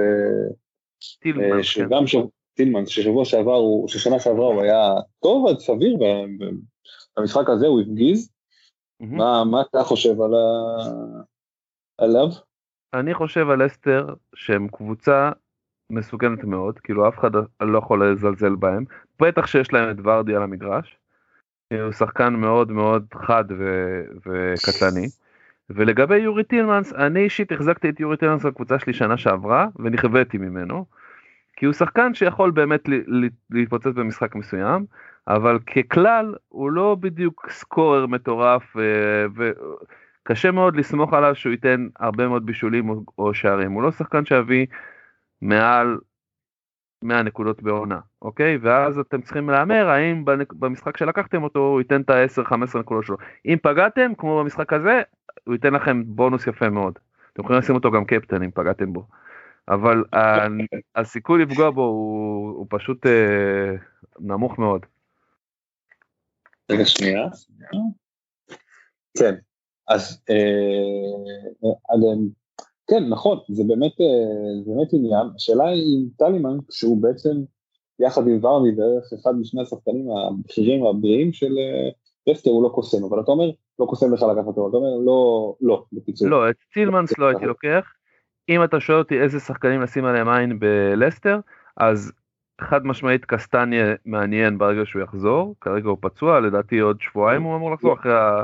ששנה שעברה הוא היה טוב עד סביר, במשחק הזה הוא הפגיז. מה אתה חושב עליו? אני חושב על לסטר שהם קבוצה מסוכנת מאוד, כאילו אף אחד לא יכול לזלזל בהם, בטח שיש להם את ורדי על המגרש, הוא שחקן מאוד מאוד חד וקטלני, ולגבי יורי טילמנס, אני אישית החזקתי את יורי טילמנס בקבוצה שלי שנה שעברה, ונכוויתי ממנו, כי הוא שחקן שיכול באמת להתפוצץ במשחק מסוים, אבל ככלל הוא לא בדיוק סקורר מטורף, וקשה מאוד לסמוך עליו שהוא ייתן הרבה מאוד בישולים או שערים, הוא לא שחקן שיביא מעל 100 נקודות בעונה, אוקיי? ואז אתם צריכים להאמר, האם במשחק שלקחתם אותו, הוא ייתן את ה-10-15 נקודות שלו. אם פגעתם, כמו במשחק הזה, הוא ייתן לכם בונוס יפה מאוד. אתם יכולים לשים אותו גם קפטן, אם פגעתם בו. אבל הסיכוי לפגוע בו הוא פשוט נמוך מאוד. רגע שנייה. כן, אז כן, נכון, זה באמת עניין. השאלה היא עם טלימן, שהוא בעצם יחד עם ורדי דרך אחד משני השחקנים הבכירים והבריאים של לסטר, הוא לא קוסם, אבל אתה אומר, לא קוסם לך לקחת אותו, אתה אומר, לא, בקיצור. לא, את טילמנס לא הייתי לוקח. אם אתה שואל אותי איזה שחקנים לשים עליהם עין בלסטר, אז חד משמעית קסטניה מעניין ברגע שהוא יחזור, כרגע הוא פצוע, לדעתי עוד שבועיים הוא אמור לחזור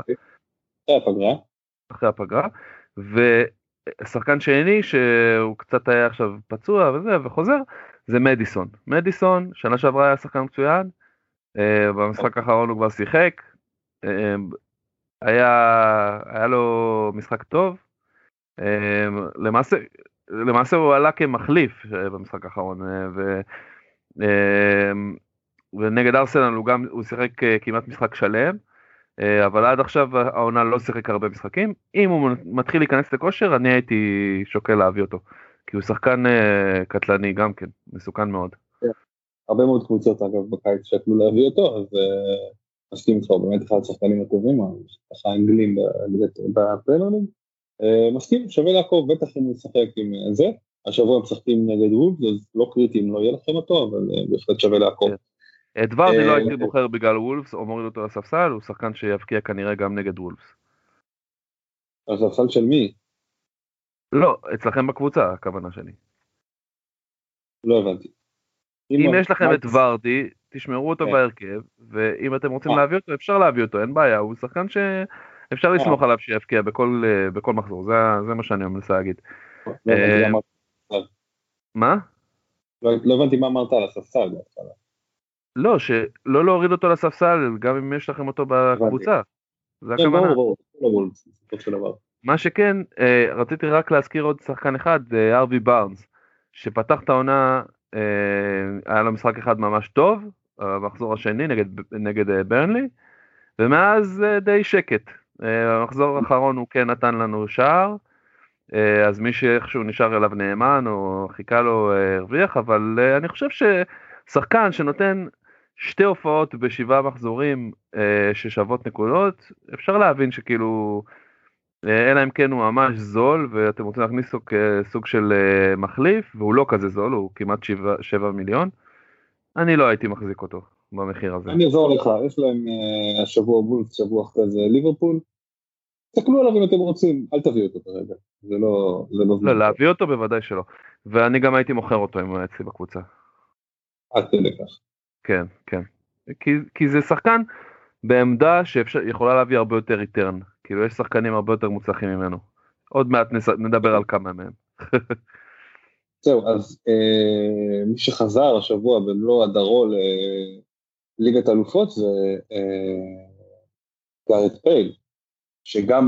אחרי הפגרה, ושחקן שני שהוא קצת היה עכשיו פצוע וזה וחוזר, זה מדיסון, שנה שעברה היה שחקן מצוין, במשחק האחרון הוא כבר שיחק, היה לו משחק טוב, למעשה הוא עלה כמחליף במשחק האחרון, ונגד ארסנל הוא שיחק כמעט משחק שלם, אבל עד עכשיו העונה לא שיחק הרבה משחקים. אם הוא מתחיל להיכנס לכושר, אני הייתי שוקל להביא אותו, כי הוא שחקן קטלני גם כן, מסוכן מאוד. הרבה מאוד קבוצות אגב בקיץ שקלו להביא אותו, אז מסכים איתך, באמת אחד השחקנים הטובים, ככה האנגלים בפרמייר, מסכים, שווה לעקוב, בטח אם נשחק עם זה, השבוע הם משחקים נגד וולפס, אז לא קריטי אם לא יהיה לכם אותו, אבל בהחלט שווה לעקוב. את ורדי לא הייתי בוחר בגלל וולפס, או מוריד אותו לספסל, הוא שחקן שיבקיע כנראה גם נגד וולפס. הספסל של מי? לא, אצלכם בקבוצה, הכוונה שלי. לא הבנתי. אם יש לכם את ורדי, תשמרו אותו בהרכב, ואם אתם רוצים להביא אותו, אפשר להביא אותו, אין בעיה, הוא שחקן שאפשר לסמוך עליו שיבקיע בכל מחזור, זה מה שאני מנסה להגיד. מה? לא הבנתי מה אמרת על הספסל. לא, שלא להוריד אותו לספסל, גם אם יש לכם אותו בקבוצה. זה הכוונה. מה שכן, רציתי רק להזכיר עוד שחקן אחד, ארווי בארנס, שפתח את העונה, היה לו משחק אחד ממש טוב, המחזור השני נגד ברנלי, ומאז די שקט. המחזור האחרון הוא כן נתן לנו שער, אז מי שאיכשהו נשאר אליו נאמן או חיכה לו הרוויח, אבל אני חושב ששחקן שנותן שתי הופעות ב7 מחזורים ששוות נקודות, אפשר להבין שכאילו, אלא אם כן הוא ממש זול ואתם רוצים להכניס לו כסוג של מחליף, והוא לא כזה זול, הוא כמעט 7 מיליון, אני לא הייתי מחזיק אותו במחיר הזה. אני אעזור לך, יש להם השבוע וולפס, שבוע אחרי זה ליברפול, תסתכלו עליו אם אתם רוצים, אל תביאו אותו כרגע, זה לא... לא, להביא אותו בוודאי שלא, ואני גם הייתי מוכר אותו אם הוא היה אצלי בקבוצה. עד כדי כך. כן, כן, כי זה שחקן בעמדה שיכולה להביא הרבה יותר ריטרן, כאילו יש שחקנים הרבה יותר מוצלחים ממנו, עוד מעט נדבר על כמה מהם. זהו, אז מי שחזר השבוע במלוא הדרו לליגת אלופות זה גארט בייל, שגם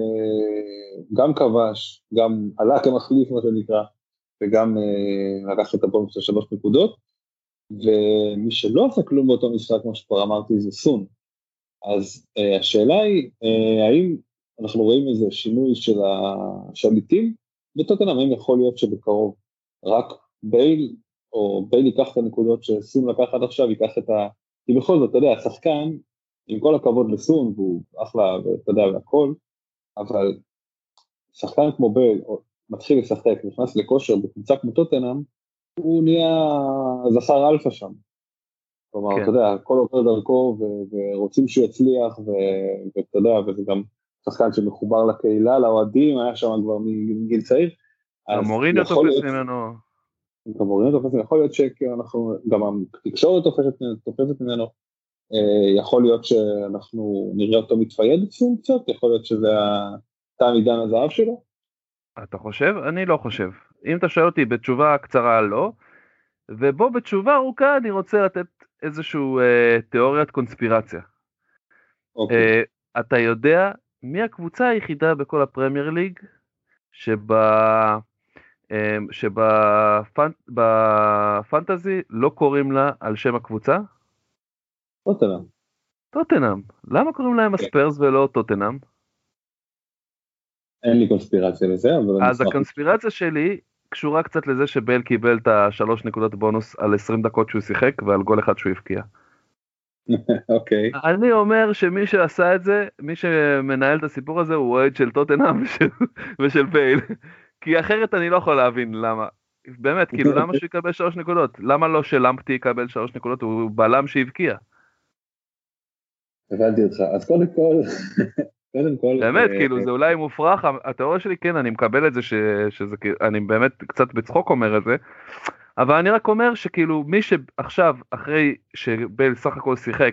כבש, גם עלה כמחליף מה שנקרא, וגם לקח את הבונוס של 3 נקודות, ומי שלא עשה כלום באותו משחק, כמו שכבר אמרתי, זה סון. אז השאלה היא, האם אנחנו רואים איזה שינוי של השליטים בטוטנהאם, האם יכול להיות שבקרוב רק בייל, או בייל ייקח את הנקודות שסון לקח עד עכשיו, ייקח את כי בכל זאת, אתה יודע, השחקן, עם כל הכבוד לסון, והוא אחלה, ואתה יודע, והכל, אבל שחקן כמו בייל, מתחיל לשחק, נכנס לכושר בקבוצה כמו טוטנהאם, הוא נהיה זכר אלפא שם. כלומר, אתה יודע, הכל עובר דרכו, ורוצים שהוא יצליח, ואתה יודע, וזה גם שחקן שמחובר לקהילה, לאוהדים, היה שם כבר מגיל צעיר. המוריניו תופס ממנו. המוריניו תופס ממנו, יכול להיות שאנחנו, גם התקשורת תופסת ממנו, יכול להיות שאנחנו נראה אותו מתפייד קצת, יכול להיות שזה תם עידן הזהב שלו. אתה חושב? אני לא חושב. אם אתה שואל אותי בתשובה קצרה לא, ובו בתשובה ארוכה אני רוצה לתת איזשהו תיאוריית קונספירציה. אוקיי. אתה יודע מי הקבוצה היחידה בכל הפרמייר ליג שבפנטזי לא קוראים לה על שם הקבוצה? טוטנהאם. למה קוראים להם הספרס ולא טוטנהאם? אין לי קונספירציה לזה, אבל... אז הקונספירציה שלי קשורה קצת לזה שבל קיבל את ה3 נקודות בונוס על 20 דקות שהוא שיחק ועל גול אחד שהוא הבקיע. אוקיי. אני אומר שמי שעשה את זה, מי שמנהל את הסיפור הזה הוא אוהד של טוטנהאם ושל בייל. כי אחרת אני לא יכול להבין למה. באמת, כאילו, למה שיקבל 3 נקודות? למה לא שלמפטי יקבל 3 נקודות? הוא בלם שהבקיע. הבנתי אותך, אז קודם כל... באמת, כאילו, זה אולי מופרך, התיאוריה שלי, כן, אני מקבל את זה, שזה, אני באמת קצת בצחוק אומר את זה, אבל אני רק אומר שכאילו, מי שעכשיו, אחרי שבייל סך הכל שיחק,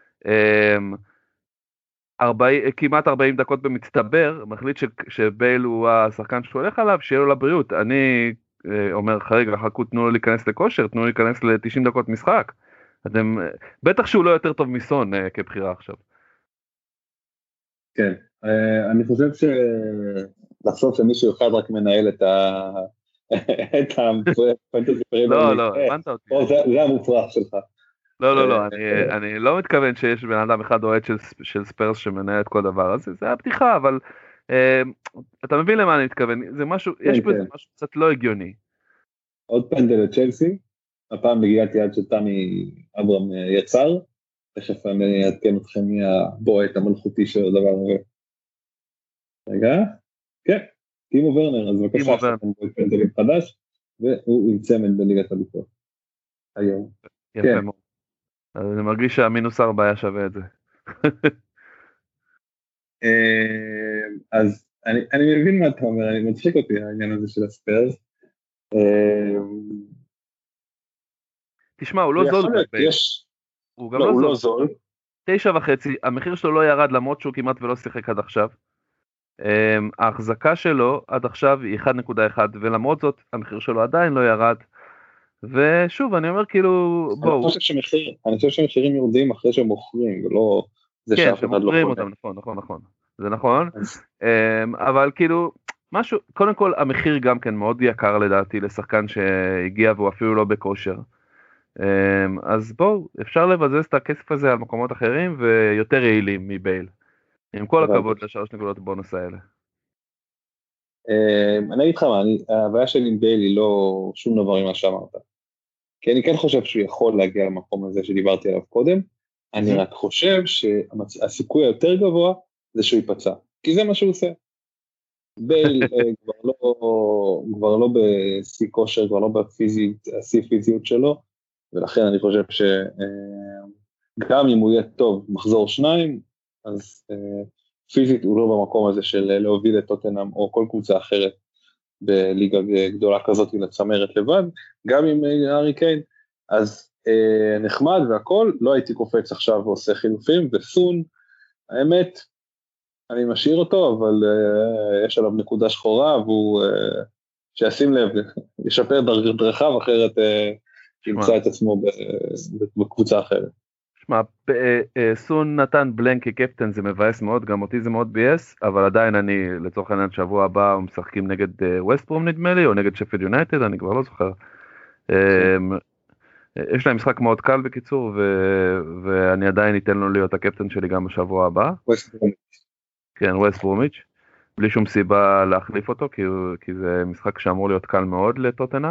40, כמעט 40 דקות במצטבר, מחליט שבייל הוא השחקן שהוא הולך עליו, שיהיה לו לבריאות. אני אומר, רגע, חכו, תנו לו להיכנס לכושר, תנו לו להיכנס ל-90 דקות משחק. בטח שהוא לא יותר טוב מסון כבחירה עכשיו. כן, אני חושב לחשוב שמישהו אחד רק מנהל את הפנטזי פרימייר ליג. לא, הבנת אותי. זה המופרך שלך. לא, אני לא מתכוון שיש בן אדם אחד אוהד של ספרס שמנהל את כל דבר הזה, זה הבדיחה, אבל אתה מבין למה אני מתכוון, זה משהו, יש בזה משהו קצת לא הגיוני. עוד פנדל לצ'לסי, הפעם בגיעת יד שתמי אברהם יצר, תכף אני אעדכן אתכם מהבועט המלכותי של הדבר הזה. רגע, כן, טימו ורנר, אז בבקשה, שאתם בועט פנדלים חדש, והוא עם צמד בליגת אלופות. היום. יפה מאוד. אני מרגיש שהמינוס 4 היה שווה את זה. אז אני מבין מה אתה אומר, אני מצחיק אותי העניין הזה של הספרס. תשמע, הוא לא זול. הוא גם לא זול. 9.5, המחיר שלו לא ירד למרות שהוא כמעט ולא שיחק עד עכשיו. ההחזקה שלו עד עכשיו היא 1.1, ולמרות זאת המחיר שלו עדיין לא ירד. ושוב, אני אומר כאילו, בואו. אני חושב שמחירים יורדים אחרי שהם מוכרים, ולא זה שאף אחד לא קונה. כן, שמוכרים אותם, נכון. זה נכון. אבל כאילו, משהו, קודם כל המחיר גם כן מאוד יקר לדעתי לשחקן שהגיע והוא אפילו לא בכושר. אז בואו, אפשר לבזז את הכסף הזה על מקומות אחרים ויותר יעילים מבייל. עם כל הכבוד ל3 נקודות בונוס האלה. אני אגיד לך מה, הבעיה שלי עם בייל היא לא שום דבר ממה שאמרת. כי אני כן חושב שהוא יכול להגיע למקום הזה שדיברתי עליו קודם, אני רק חושב שהסיכוי היותר גבוה זה שהוא ייפצע, כי זה מה שהוא עושה. בייל כבר לא בשיא כושר, כבר לא בשיא פיזיות שלו, ולכן אני חושב שגם אם הוא יהיה טוב מחזור 2, אז פיזית הוא לא במקום הזה של להוביל את טוטנהאם או כל קבוצה אחרת בליגה גדולה כזאת לצמרת לבד, גם עם הארי קיין, אז נחמד והכל, לא הייתי קופץ עכשיו ועושה חילופים, וסון, האמת, אני משאיר אותו, אבל יש עליו נקודה שחורה, והוא שישים לב, ישפר דרכיו, אחרת ימצא את עצמו בקבוצה אחרת. שמע, סון נתן בלנק כקפטן, זה מבאס מאוד, גם אותי זה מאוד בייס, אבל עדיין אני, לצורך העניין שבוע הבא, משחקים נגד ווסטברום נדמה לי, או נגד שפילד יונייטד, אני כבר לא זוכר. יש להם משחק מאוד קל בקיצור, ואני עדיין אתן לו להיות הקפטן שלי גם בשבוע הבא. כן, ווסטברומיץ', בלי שום סיבה להחליף אותו, כי זה משחק שאמור להיות קל מאוד לטוטנהאם.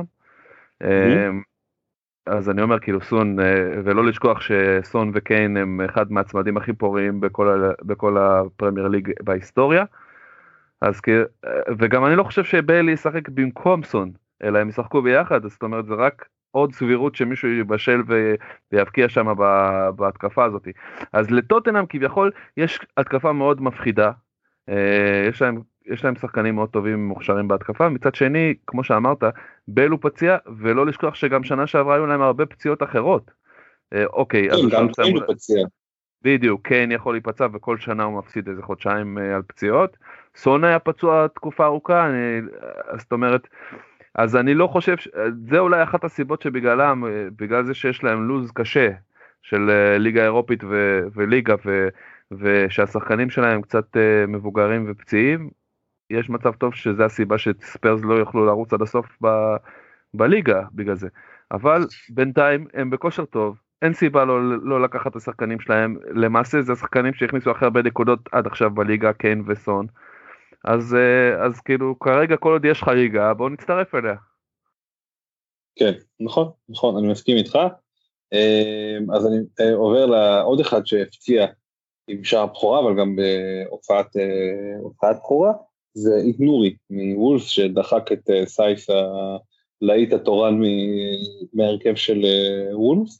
אז אני אומר כאילו סון, ולא לשכוח שסון וקיין הם אחד מהצמדים הכי פוריים בכל הפרמייר ליג בהיסטוריה, אז וגם אני לא חושב שביילי ישחק במקום סון, אלא הם ישחקו ביחד, אז זאת אומרת זה רק עוד סבירות שמישהו יבשל ויבקיע שם בהתקפה הזאת. אז לטוטנהאם כביכול יש התקפה מאוד מפחידה, יש להם שחקנים מאוד טובים מוכשרים בהתקפה, מצד שני, כמו שאמרת, בייל הוא פציע, ולא לשכוח שגם שנה שעברה היו להם הרבה פציעות אחרות. אוקיי, אז גם קיין הוא פציע. בדיוק, קיין יכול להיפצע, וכל שנה הוא מפסיד איזה חודשיים על פציעות. סון היה פצוע תקופה ארוכה, זאת אומרת, אז אני לא חושב, זה אולי אחת הסיבות שבגללם, בגלל זה שיש להם לוז קשה, של ליגה אירופית וליגה, ושהשחקנים שלהם קצת מבוגרים ופציעים, יש מצב טוב שזה הסיבה שספרס לא יוכלו לרוץ עד הסוף בליגה בגלל זה. אבל בינתיים הם בכושר טוב, אין סיבה לא לקחת את השחקנים שלהם, למעשה זה השחקנים שהכניסו הכי הרבה נקודות עד עכשיו בליגה, קיין וסון, אז כאילו כרגע כל עוד יש חריגה, בואו נצטרף אליה. כן, נכון, אני מסכים איתך. אז אני עובר לעוד אחד שהפציע עם שער בכורה, אבל גם בהופעת בכורה, זה איתנורי מוולס, שדחק את סייס הלהיט התורן מהרכב של וולס,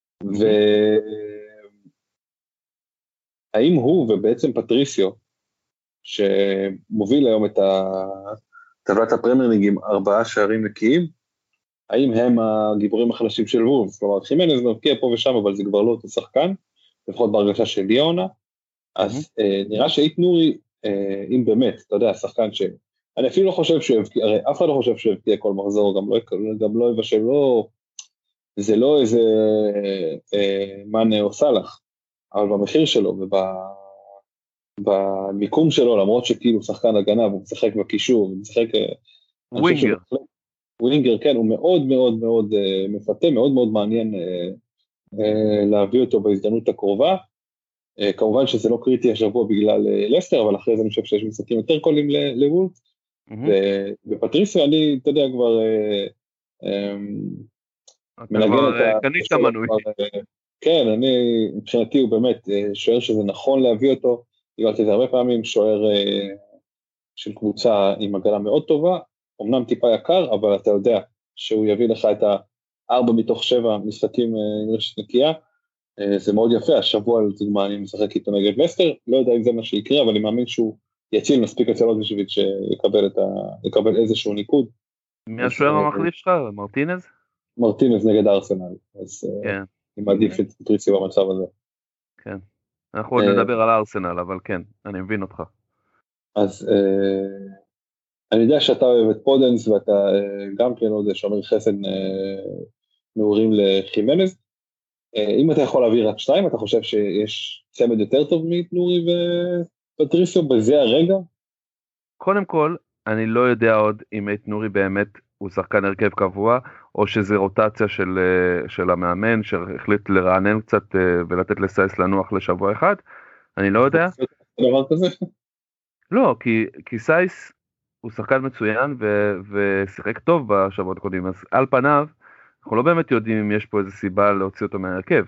והאם הוא ובעצם פטריסיו, שמוביל היום את טבלת הפרמייר ליג עם 4 שערים נקיים, האם הם הגיבורים החלשים של וולס? כלומר, חימנז מבקיע פה ושם, אבל זה כבר לא אותו שחקן, לפחות בהרגשה של ליאונה, אז נראה שאיתנורי, אם באמת, אתה יודע, השחקן אני אפילו לא חושב שהבקיע, הרי אף אחד לא חושב שהבקיע כל מחזור, גם לא יבשל, זה לא איזה מאנה או סלאח, אבל במחיר שלו ובמיקום שלו, למרות שכאילו שחקן הגנה, והוא משחק בקישור, הוא משחק ווינגר. ווינגר, כן, הוא מאוד מאוד מאוד מפתה, מאוד מאוד מעניין להביא אותו בהזדמנות הקרובה, כמובן שזה לא קריטי השבוע בגלל לסטר, אבל אחרי זה אני חושב שיש משחקים יותר קולים לוולף, ופטריסיה אני, אתה יודע, כבר מנגן את קנית מנוי. כן, מבחינתי הוא באמת שוער שזה נכון להביא אותו, דיברתי את זה הרבה פעמים, שוער של קבוצה עם הגנה מאוד טובה, אמנם טיפה יקר, אבל אתה יודע שהוא יביא לך את 4 מתוך 7 משחקים עם רשת נקייה, זה מאוד יפה, השבוע לדוגמה אני משחק איתו נגד לסטר, לא יודע אם זה מה שיקרה, אבל אני מאמין שהוא יציל מספיק הצלות בשביל שיקבל איזשהו ניקוד. מי השוער המחליף שלך? מרטינז? מרטינז נגד ארסנל, אז אני מעדיף את פטריסיו במצב הזה. כן, אנחנו עוד נדבר על ארסנל, אבל כן, אני מבין אותך. אז אני יודע שאתה אוהב את פודנס, ואתה גם כן עוד שומר חסד נעורים לחימנז, אם אתה יכול להביא רק 2, אתה חושב שיש צמד יותר טוב מאיתנורי ופטריסיו בזה הרגע? קודם כל, אני לא יודע עוד אם איתנורי באמת הוא שחקן הרכב קבוע, או שזה רוטציה של המאמן, שהחליט לרענן קצת ולתת לסייס לנוח לשבוע אחד, אני לא יודע. דבר כזה? לא, כי סייס הוא שחקן מצוין ושיחק טוב בשבועות הקודמים, אז על פניו, אנחנו לא באמת יודעים אם יש פה איזו סיבה להוציא אותו מהרכב.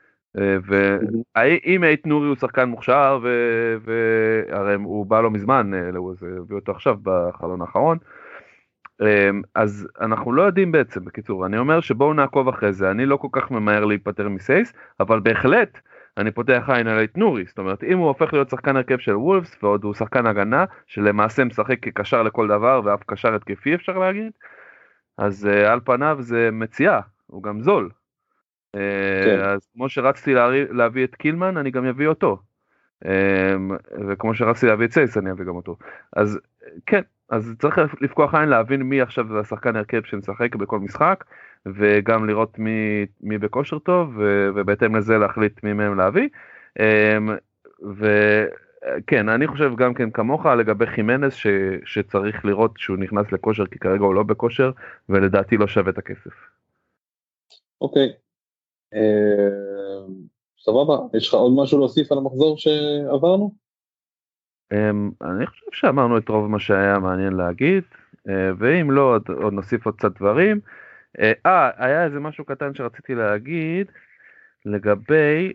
ואם איתנורי הוא שחקן מוכשר, והרי הוא בא לו מזמן, הוא הביא אותו עכשיו בחלון האחרון, אז אנחנו לא יודעים בעצם. בקיצור, אני אומר שבואו נעקוב אחרי זה, אני לא כל כך ממהר להיפטר מסייס, אבל בהחלט אני פותח עין על איתנורי, זאת אומרת, אם הוא הופך להיות שחקן הרכב של וולפס, ועוד הוא שחקן הגנה, שלמעשה משחק כקשר לכל דבר, ואף קשר התקפי אפשר להגיד, אז על פניו זה מציאה, הוא גם זול. אז כמו שרצתי להביא את קילמן, אני גם אביא אותו. וכמו שרצתי להביא את סייס, אני אביא גם אותו. אז כן, אז צריך לפקוח עין להבין מי עכשיו זה השחקן הרכב שמשחק בכל משחק, וגם לראות מי בכושר טוב, ובהתאם לזה להחליט מי מהם להביא. וכן, אני חושב גם כן כמוך לגבי חימנז, שצריך לראות שהוא נכנס לכושר, כי כרגע הוא לא בכושר, ולדעתי לא שווה את הכסף. אוקיי. סבבה, יש לך עוד משהו להוסיף על המחזור שעברנו? אני חושב שאמרנו את רוב מה שהיה מעניין להגיד, ואם לא, עוד נוסיף עוד קצת דברים. היה איזה משהו קטן שרציתי להגיד, לגבי,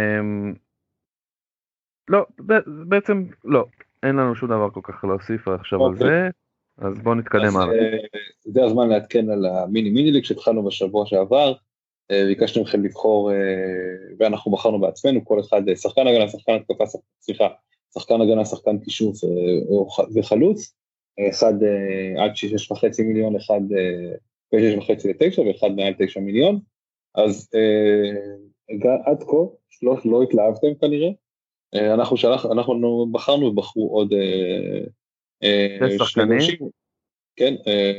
לא, בעצם לא, אין לנו שום דבר כל כך להוסיף עכשיו על זה, אז בואו נתקדם הלאה. זה הזמן לעדכן על המיני ליג שהתחלנו בשבוע שעבר, ביקשנו לכם לבחור, ואנחנו בחרנו בעצמנו, כל אחד שחקן הגנה, שחקן התקפה, שחקן הגנה, שחקן קישור וחלוץ, אחד עד 6.5 מיליון, אחד בין 6.5 ל-9, ואחד מעל 9 מיליון, אז עד כה, לא התלהבתם כנראה, אנחנו בחרנו ובחרו עוד שני גולשים, כן,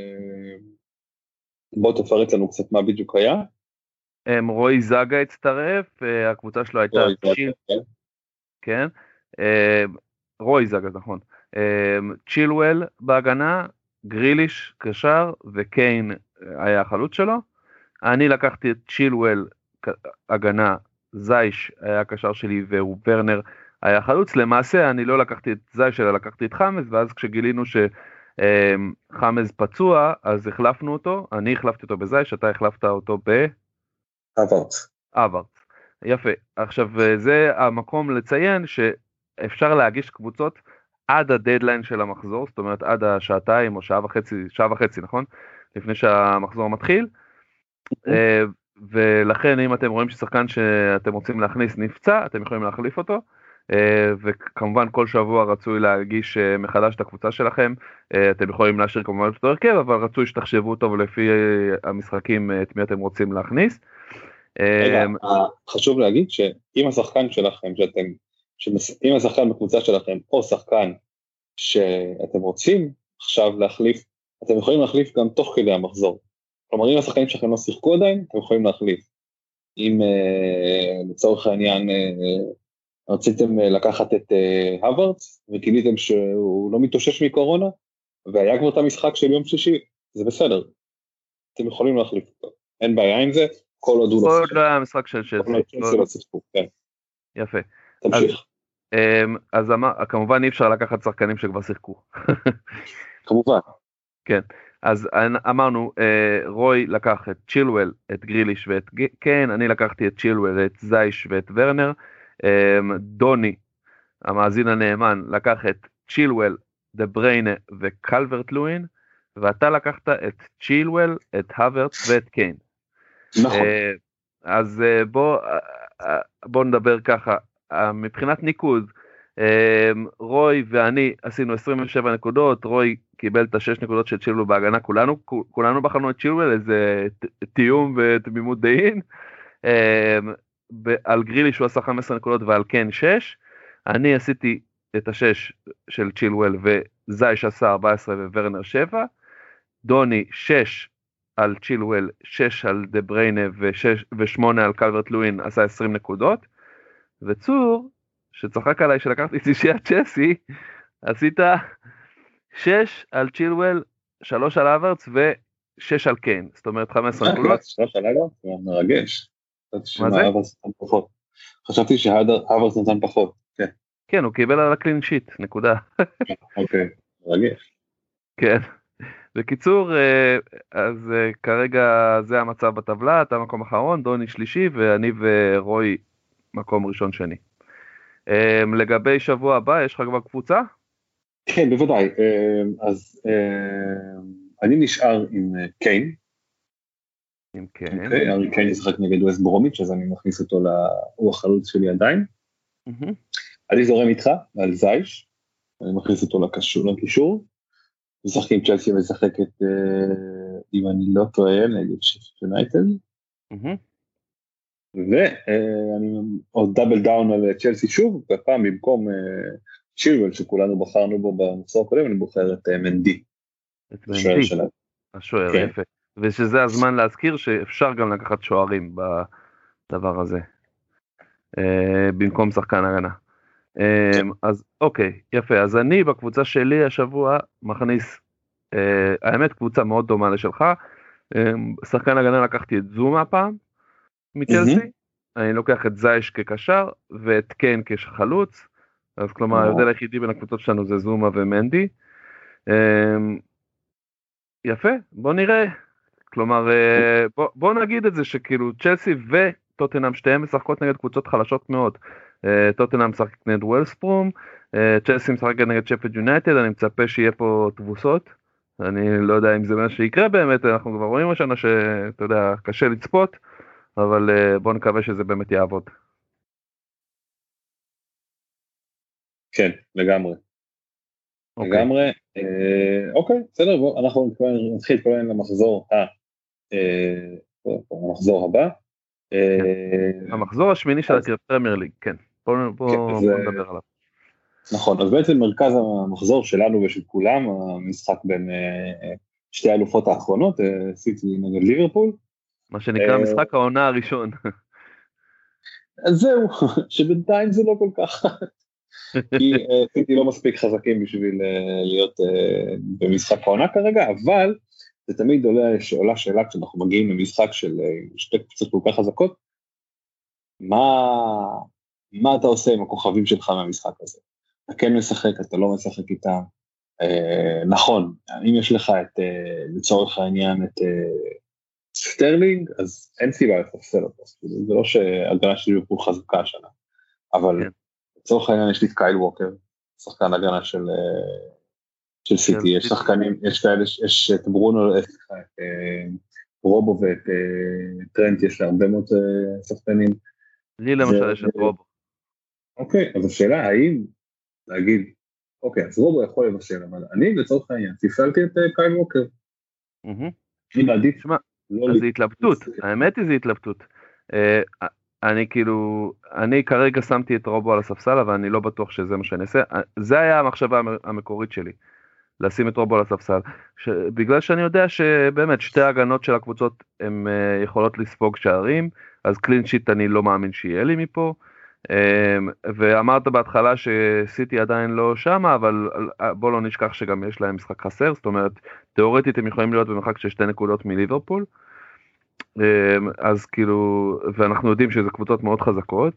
בוא תפרט לנו קצת מה בדיוק היה. רוי זאגה הצטרף, הקבוצה שלו הייתה כן, רוי זאגה, נכון, צ'ילואל בהגנה, גריליש קשר, וקיין היה החלוץ שלו. אני לקחתי את צ'ילואל הגנה, זייש היה הקשר שלי, וורנר היה חלוץ. למעשה אני לא לקחתי את זייש אלא לקחתי את חמז, ואז כשגילינו שחמז פצוע אז החלפנו אותו, אני החלפתי אותו בזייש, אתה החלפת אותו אברץ. יפה. עכשיו זה המקום לציין שאפשר להגיש קבוצות עד הדדליין של המחזור, זאת אומרת עד השעתיים או שעה וחצי, נכון? לפני שהמחזור מתחיל. ולכן אם אתם רואים ששחקן שאתם רוצים להכניס נפצע, אתם יכולים להחליף אותו. וכמובן כל שבוע רצוי להגיש מחדש את הקבוצה שלכם. אתם יכולים להשאיר כמובן את אותו הרכב, אבל רצוי שתחשבו טוב לפי המשחקים את מי אתם רוצים להכניס. רגע, חשוב להגיד שאם השחקן שלכם, אם השחקן בקבוצה שלכם, או שחקן שאתם רוצים עכשיו להחליף, אתם יכולים להחליף גם תוך כדי המחזור. כלומר, אם השחקנים שלכם לא שיחקו עדיין, אתם יכולים להחליף. אם לצורך העניין רציתם לקחת את הווארדס, וגיליתם שהוא לא מתאושש מקורונה, והיה כבר את המשחק של יום שישי, זה בסדר. אתם יכולים להחליף אותו. אין בעיה עם זה, כל עוד הוא לא שיחק. כל עוד לא היה המשחק של צלסי. יפה. תמשיך. אז כמובן אי אפשר לקחת שחקנים שכבר שיחקו. כמובן. כן. אז אמרנו, רוי לקח את צ'ילואל, את גריליש ואת קיין, אני לקחתי את צ'ילואל, את זייש ואת ורנר, דוני, המאזין הנאמן, לקח את צ'ילואל, דה בריינה וקלברט לואין, ואתה לקחת את צ'ילואל, את הוורץ ואת קיין. נכון. אז בוא נדבר ככה, מבחינת ניקוד, רוי ואני עשינו 27 נקודות, רוי קיבל את 6 נקודות של צ'ילואל בהגנה, כולנו בחרנו את צ'ילואל, איזה תיאום ותמימות דעים, על גרילי שהוא עשה 15 נקודות ועל קיין 6, אני עשיתי את ה6 של צ'ילואל וזייש עשה 14 וורנר 7, דוני 6 על צ'ילואל, 6 על דה בריינה ו8 על קלברט לואין עשה 20 נקודות, וצור שצחק עליי שלקחתי את שישיית צ'לסי, עשית 6 על צ'ילואל, 3 על הוורץ ו6 על קיין, זאת אומרת 15 נקודות. 3 על הוורץ? הוא מרגש. מה זה? חשבתי שהוורץ נתן פחות. כן, הוא קיבל על הקלין שיט, נקודה. אוקיי, מרגש. כן. בקיצור, אז כרגע זה המצב בטבלה, אתה מקום אחרון, דוני שלישי ואני ורוי מקום ראשון שני. לגבי שבוע הבא, יש לך כבר קבוצה? כן, בוודאי. אז אני נשאר עם קיין. עם קיין. אוקיי, קיין ישחק נגד ווסט ברומיץ', אז אני מכניס אותו, הוא החלוץ שלי עדיין. אני זורם איתך על זייש, אני מכניס אותו לקישור. משחקים צ'לסי משחקת, אם אני לא טועה, נגד שפילד יונייטד. ואני עוד דאבל דאון על צ'לסי שוב, והפעם במקום צ'ילואל שכולנו בחרנו בו במחזור הקודם, אני בוחר את מנדי. את מנדי, השוער, יפה. ושזה הזמן להזכיר שאפשר גם לקחת שוערים בדבר הזה, במקום שחקן הגנה. אז אוקיי, יפה, אז אני בקבוצה שלי השבוע מכניס, האמת קבוצה מאוד דומה לשלך, שחקן הגנה לקחתי את זומה הפעם, מצ'לסי, אני לוקח את זייש כקשר, ואת קיין כחלוץ, אז כלומר ההבדל היחידי בין הקבוצות שלנו זה זומה ומנדי, יפה, בוא נראה, כלומר בוא נגיד את זה שכאילו צ'לסי וטוטנהאם שתיהם משחקות נגד קבוצות חלשות מאוד, טוטנהאם משחקת נגד וולספרום, צ'לסי משחקת נגד שפילד יונייטד, אני מצפה שיהיה פה תבוסות, אני לא יודע אם זה מה שיקרה באמת, אנחנו כבר רואים השנה שאתה יודע, קשה לצפות, אבל בוא נקווה שזה באמת יעבוד. כן, לגמרי. לגמרי, אוקיי, בסדר, בוא, אנחנו נתחיל להתכונן למחזור המחזור הבא. המחזור השמיני של הפרמייר ליג, כן, בוא נדבר עליו. נכון, אז בעצם מרכז המחזור שלנו ושל כולם, המשחק בין שתי האלופות האחרונות, סיטי נגד ליברפול. מה שנקרא משחק העונה הראשון. אז זהו, שבינתיים זה לא כל כך, כי סיטי לא מספיק חזקים בשביל להיות במשחק העונה כרגע, אבל זה תמיד עולה שאלה כשאנחנו מגיעים למשחק של שתי קבוצות כל כך חזקות, מה אתה עושה עם הכוכבים שלך מהמשחק הזה? אתה כן משחק, אתה לא משחק איתם, נכון, אם יש לך לצורך העניין את סטרלינג, אז אין סיבה לפסל אותו, זה לא שהגנה של ליברפול חזקה השנה, אבל לצורך העניין יש לי את קייל ווקר, שחקן הגנה של סיטי, יש שחקנים, יש כאלה, יש את ברונו, את רובו ואת טרנט, יש הרבה מאוד שחקנים. לי למשל יש את רובו. אוקיי, אז השאלה האם להגיד, אוקיי, אז רובו יכול לבשל, אבל אני לצורך העניין, תפעלתי את קייל ווקר. אני מעדיף. שמה, אז זה התלבטות, האמת היא זה התלבטות. אני כרגע שמתי את רובו על הספסל, אבל אני לא בטוח שזה מה שאני אעשה. זה היה המחשבה המקורית שלי, לשים את רובו על הספסל. בגלל שאני יודע שבאמת שתי ההגנות של הקבוצות הן יכולות לספוג שערים, אז קלין שיט אני לא מאמין שיהיה לי מפה. ואמרת בהתחלה שסיטי עדיין לא שמה, אבל בוא לא נשכח שגם יש להם משחק חסר, זאת אומרת, תיאורטית הם יכולים להיות במרחק של 2 נקודות מליברפול, אז כאילו, ואנחנו יודעים שזה קבוצות מאוד חזקות,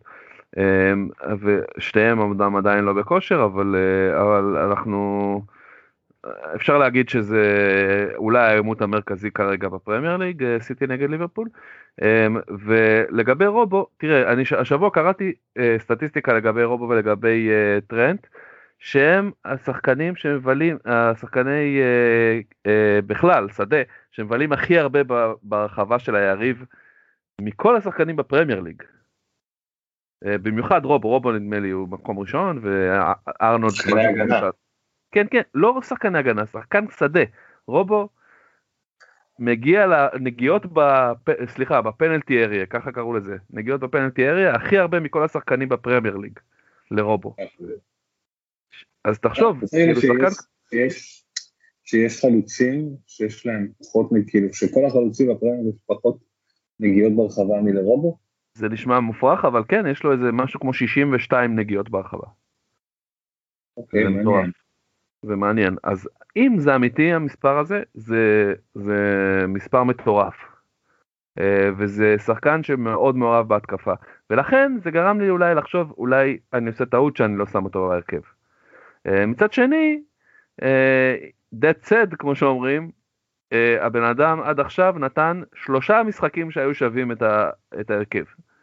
ושתיהם עדיין לא בכושר, אבל אנחנו, אפשר להגיד שזה אולי העימות המרכזי כרגע בפרמייר ליג, סיטי נגד ליברפול. ולגבי רובו, תראה, אני השבוע קראתי סטטיסטיקה לגבי רובו ולגבי טרנט, שהם השחקנים שמבלים, השחקני בכלל, שדה, שמבלים הכי הרבה ברחבה של היריב, מכל השחקנים בפרמייר ליג. במיוחד רובו נדמה לי הוא מקום ראשון, וארנולד שחקני הגנה. כן, לא רק שחקני הגנה, שחקן שדה. רובו מגיע לנגיעות בפנלטי אריה, ככה קראו לזה, נגיעות בפנלטי אריה, הכי הרבה מכל השחקנים בפרמייר ליג, לרובו. אז תחשוב, כאילו שחקן... שיש חלוצים שיש להם פחות כאילו, שכל החלוצים בפרמייר ליג פחות נגיעות ברחבה מלרובו? זה נשמע מופרך, אבל כן, יש לו איזה משהו כמו 62 נגיעות ברחבה. אוקיי, מעניין. זה מעניין. אז אם זה אמיתי המספר הזה, זה מספר מטורף. וזה שחקן שמאוד מעורב בהתקפה. ולכן זה גרם לי אולי לחשוב, אולי אני עושה טעות שאני לא שם אותו בהרכב. מצד שני, that said, כמו שאומרים, הבן אדם עד עכשיו נתן 3 משחקים שהיו שווים את ההרכב.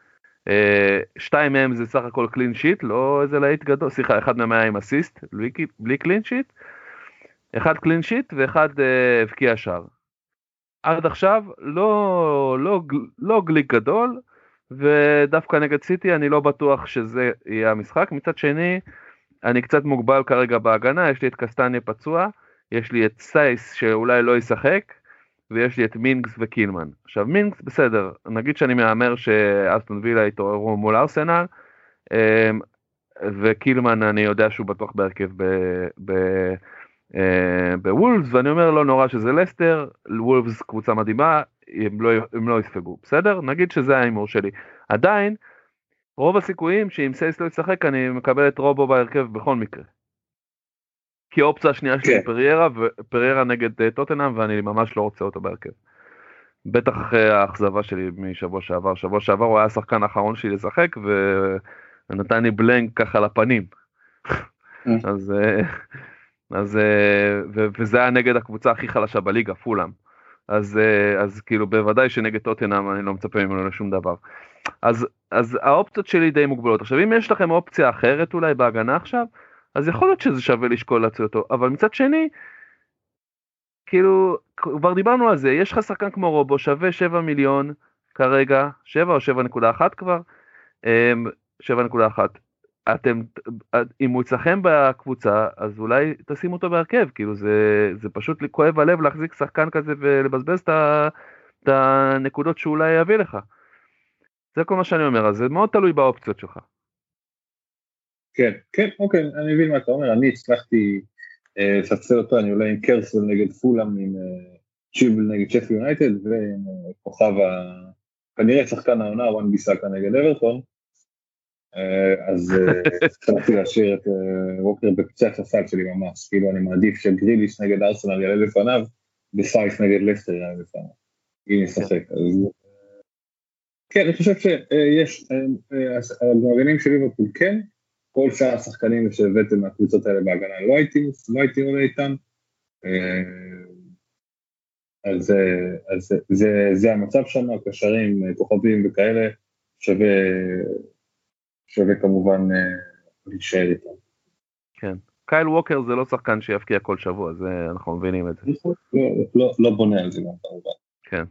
2 מהם זה סך הכל קלין שיט, לא איזה להיט גדול, סליחה, 1 מהם היה עם אסיסט, בלי קלין שיט, 1 קלין שיט ו1 הבקיע שער. עד עכשיו לא גליק גדול, ודווקא נגד סיטי אני לא בטוח שזה יהיה המשחק. מצד שני, אני קצת מוגבל כרגע בהגנה, יש לי את קסטניה פצוע, יש לי את סייס שאולי לא ישחק, ויש לי את מינגס וקילמן. עכשיו מינגס בסדר, נגיד שאני מאמר שאסטון וילה יתעוררו מול ארסנל, וקילמן אני יודע שהוא בטוח בהרכב בוולפס, ואני אומר לא נורא שזה לסטר, וולפס קבוצה מדהימה, הם לא יספגו, בסדר? נגיד שזה ההימור שלי. עדיין, רוב הסיכויים שאם סייס לא ישחק, אני מקבל את רובו בהרכב בכל מקרה. כי האופציה השנייה שלי פריירה נגד טוטנהאם, ואני ממש לא רוצה אותו בהרכב. בטח אחרי האכזבה שלי משבוע שעבר. שבוע שעבר הוא היה השחקן האחרון שלי לשחק, ונתן לי בלנק ככה לפנים. וזה היה נגד הקבוצה הכי חלשה בליגה, פולאם. אז כאילו בוודאי שנגד טוטנהאם אני לא מצפה ממנו לשום דבר. אז האופציות שלי די מוגבלות. עכשיו אם יש לכם אופציה אחרת אולי בהגנה עכשיו, אז יכול להיות שזה שווה לשקול להציע אותו, אבל מצד שני, כאילו, כבר דיברנו על זה, יש לך שחקן כמו רובו, שווה 7 מיליון כרגע, 7 או 7.1 כבר, 7.1, אם הוא יצחם בקבוצה, אז אולי תשים אותו בהרכב, כאילו זה פשוט כואב הלב להחזיק שחקן כזה ולבזבז את הנקודות שאולי יביא לך. זה כל מה שאני אומר, אז זה מאוד תלוי באופציות שלך. כן, אוקיי, אני מבין מה אתה אומר, אני הצלחתי לפצל אותו, אני אולי עם קרסל נגד פולאם, עם צ'יבל נגד שפילד יונייטד, ועם כוכב כנראה שחקן העונה, וואן ביסאקה נגד אברטון, אז הצלחתי להשאיר את ווקר בקצה הספסל שלי ממש, כאילו אני מעדיף שגריליש נגד ארסנל יעלה לפניו, בסייס נגד לסטר יעלה לפניו, אם ישחק, אז כן, אני חושב שיש, המארגנים של ליברפול כן, כל שאר השחקנים שהבאתם מהקבוצות האלה בהגנה, לא הייתי עולה איתם, אז זה המצב שם, קשרים, כוכבים וכאלה, שווה כמובן להישאר איתם. כן, קייל ווקר זה לא שחקן שיפקיע כל שבוע, זה אנחנו מבינים את זה. לא בונה על זה גם כמובן. כן.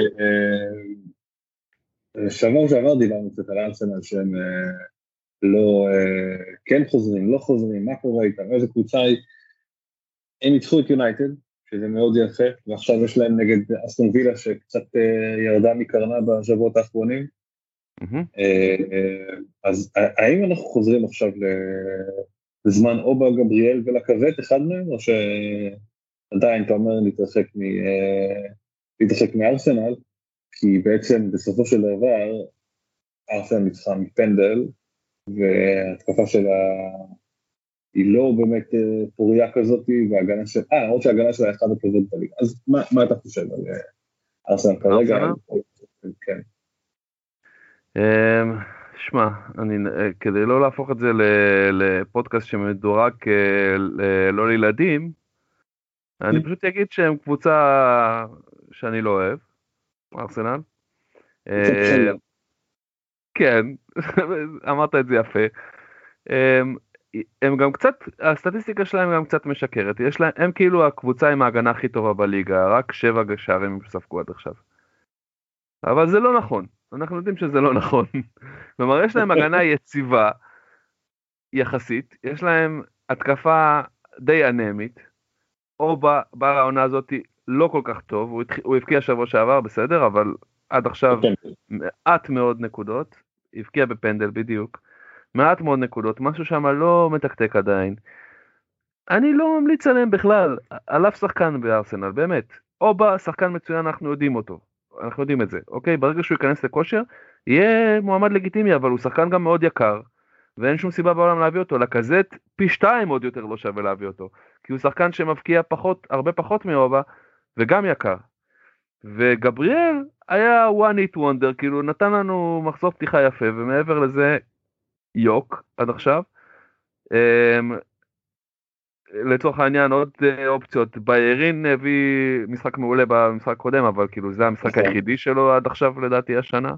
שבוע שעבר דיברנו קצת על ארסנל שהם לא, כן חוזרים, לא חוזרים, מה קורה איתם, איזה קבוצה היא, הם ניצחו את יונייטד, שזה מאוד יפה, ועכשיו יש להם נגד אסטון וילה שקצת ירדה מקרנה בשבועות האחרונים, אז האם אנחנו חוזרים עכשיו לזמן אובה, גבריאל ולקוות אחד מהם, או שעדיין אתה אומר להתרחק מארסנל, כי בעצם בסופו של דבר ארסנל ניצחה מפנדל, והתקפה שלה היא לא באמת פוריה כזאת, והגנה של, למרות שההגנה שלה אחד הטובות בליגה, אז מה אתה חושב על ארסנל כרגע? כן. שמע, כדי לא להפוך את זה לפודקאסט שמדורג לא לילדים, אני פשוט אגיד שהם קבוצה שאני לא אוהב, ארסנל. כן, אמרת את זה יפה. הם גם קצת, הסטטיסטיקה שלהם גם קצת משקרת. הם כאילו הקבוצה עם ההגנה הכי טובה בליגה, רק 7 שערים הם ספגו עד עכשיו. אבל זה לא נכון. אנחנו יודעים שזה לא נכון. כלומר, יש להם הגנה יציבה, יחסית, יש להם התקפה די אנמית, או בעונה הזאת לא כל כך טוב, הוא הבקיע שבוע שעבר, בסדר, אבל עד עכשיו מעט מאוד נקודות, הבקיע בפנדל בדיוק, מעט מאוד נקודות, משהו שם לא מתקתק עדיין. אני לא ממליץ עליהם בכלל, על אף שחקן בארסנל, באמת. או בשחקן מצוין, אנחנו יודעים אותו. אנחנו יודעים את זה, אוקיי? ברגע שהוא ייכנס לכושר, יהיה מועמד לגיטימי, אבל הוא שחקן גם מאוד יקר, ואין שום סיבה בעולם להביא אותו. לקזט פי 2 עוד יותר לא שווה להביא אותו, כי הוא שחקן שמבקיע הרבה פחות מאובה, וגם יקר. וגבריאל היה one hit wonder, כאילו נתן לנו מחזור פתיחה יפה, ומעבר לזה יוק עד עכשיו. לצורך העניין עוד אופציות, ביירין הביא משחק מעולה במשחק קודם, אבל כאילו זה המשחק היחידי שלו עד עכשיו לדעתי השנה.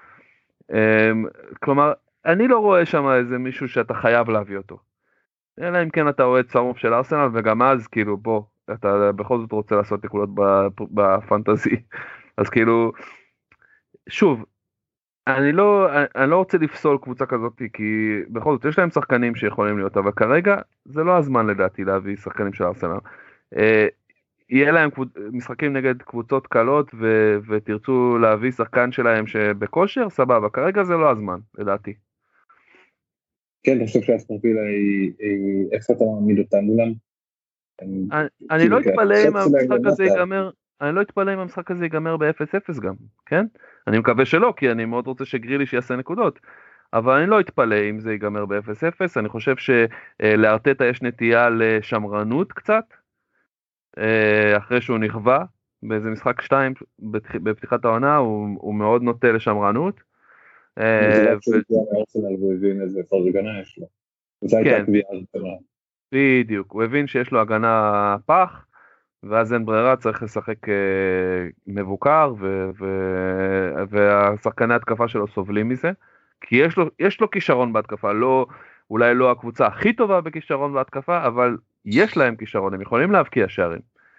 כלומר, אני לא רואה שם איזה מישהו שאתה חייב להביא אותו. אלא אם כן אתה רואה את סרמוף של ארסנל, וגם אז כאילו בוא, אתה בכל זאת רוצה לעשות נקודות בפנטזי. אז כאילו, שוב, אני לא רוצה לפסול קבוצה כזאת, כי בכל זאת יש להם שחקנים שיכולים להיות, אבל כרגע זה לא הזמן לדעתי להביא שחקנים של ארסנל. יהיה להם משחקים נגד קבוצות קלות, ותרצו להביא שחקן שלהם שבכושר, סבבה, כרגע זה לא הזמן, לדעתי. כן, אני חושב שאסטון וילה היא, איפה אתה מעמיד אותה מולם? אני לא אתפלא אם המשחק הזה ייגמר, אני לא אתפלא אם המשחק הזה ייגמר ב-0-0 גם, כן? אני מקווה שלא, כי אני מאוד רוצה שגריליש יעשה נקודות, אבל אני לא אתפלא אם זה ייגמר ב-0-0, אני חושב שלארטטה יש נטייה לשמרנות קצת, אחרי שהוא נכווה, באיזה משחק 2 בפתיחת העונה, הוא מאוד נוטה לשמרנות. הוא הבין איזה פרז הגנה יש לו. זה הייתה קביעה הזו. בדיוק, הוא הבין שיש לו הגנה פח, ואז אין ברירה, צריך לשחק מבוקר, והשחקני התקפה שלו סובלים מזה, כי יש לו כישרון בהתקפה, אולי לא הקבוצה הכי טובה בכישרון בהתקפה, אבל יש להם כישרון, הם יכולים להבקיע שערים.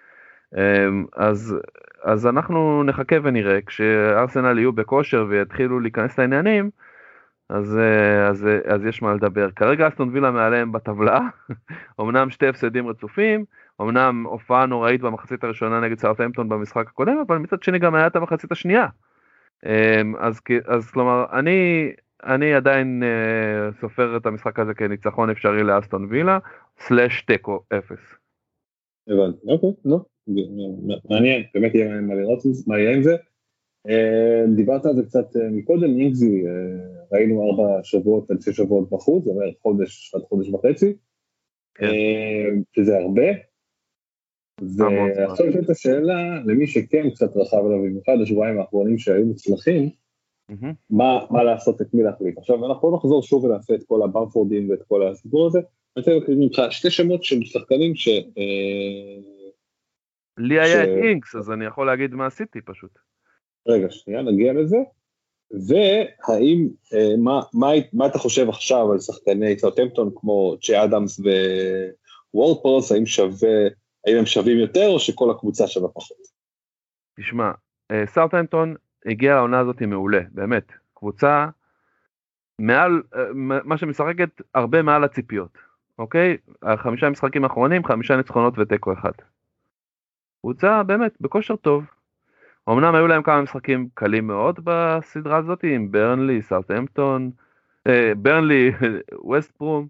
אז אנחנו נחכה ונראה, כשארסנל יהיו בכושר ויתחילו להיכנס לעניינים, אז יש מה לדבר. כרגע אסטון וילה מעליהם בטבלה, אמנם 2 הפסדים רצופים, אמנם הופעה נוראית במחצית הראשונה נגד סאות'המפטון במשחק הקודם, אבל מצד שני גם היה את המחצית השנייה. אז כלומר, אני עדיין סופר את המשחק הזה כניצחון אפשרי לאסטון וילה, /תיקו 0. הבנתי, אוקיי, לא, מעניין, באמת יהיה מה לראות מה יהיה עם זה. דיברת על זה קצת מקודם, אינגזי, ראינו 4 שבועות עד 6 שבועות בחוץ, זאת אומרת חודש עד חודש וחצי, שזה הרבה, ועכשיו יש את השאלה, למי שכן קצת רחב עליו, במיוחד השבועיים האחרונים שהיו מצלחים, מה לעשות, את מי להחליף. עכשיו אנחנו לא נחזור שוב ונעשה את כל הבמפורדים ואת כל הסיפור הזה, אני רוצה לקרוא ממך 2 שמות של שחקנים לי היה את אינגס, אז אני יכול להגיד מה עשיתי פשוט. רגע, שנייה, נגיע לזה. והאם, מה אתה חושב עכשיו על שחקני סאות'המפטון כמו צ'י אדמס וורדפרס, האם הם שווים יותר, או שכל הקבוצה שווה פחות? תשמע, סאות'המפטון הגיעה לעונה הזאת מעולה, באמת, קבוצה מעל, מה שמשחקת הרבה מעל הציפיות, אוקיי? 5 משחקים האחרונים, 5 ניצחונות ותיקו אחד. קבוצה באמת בכושר טוב. אמנם היו להם כמה משחקים קלים מאוד בסדרה הזאת, עם ברנלי, סאות'המפטון, ברנלי, ווסטברום,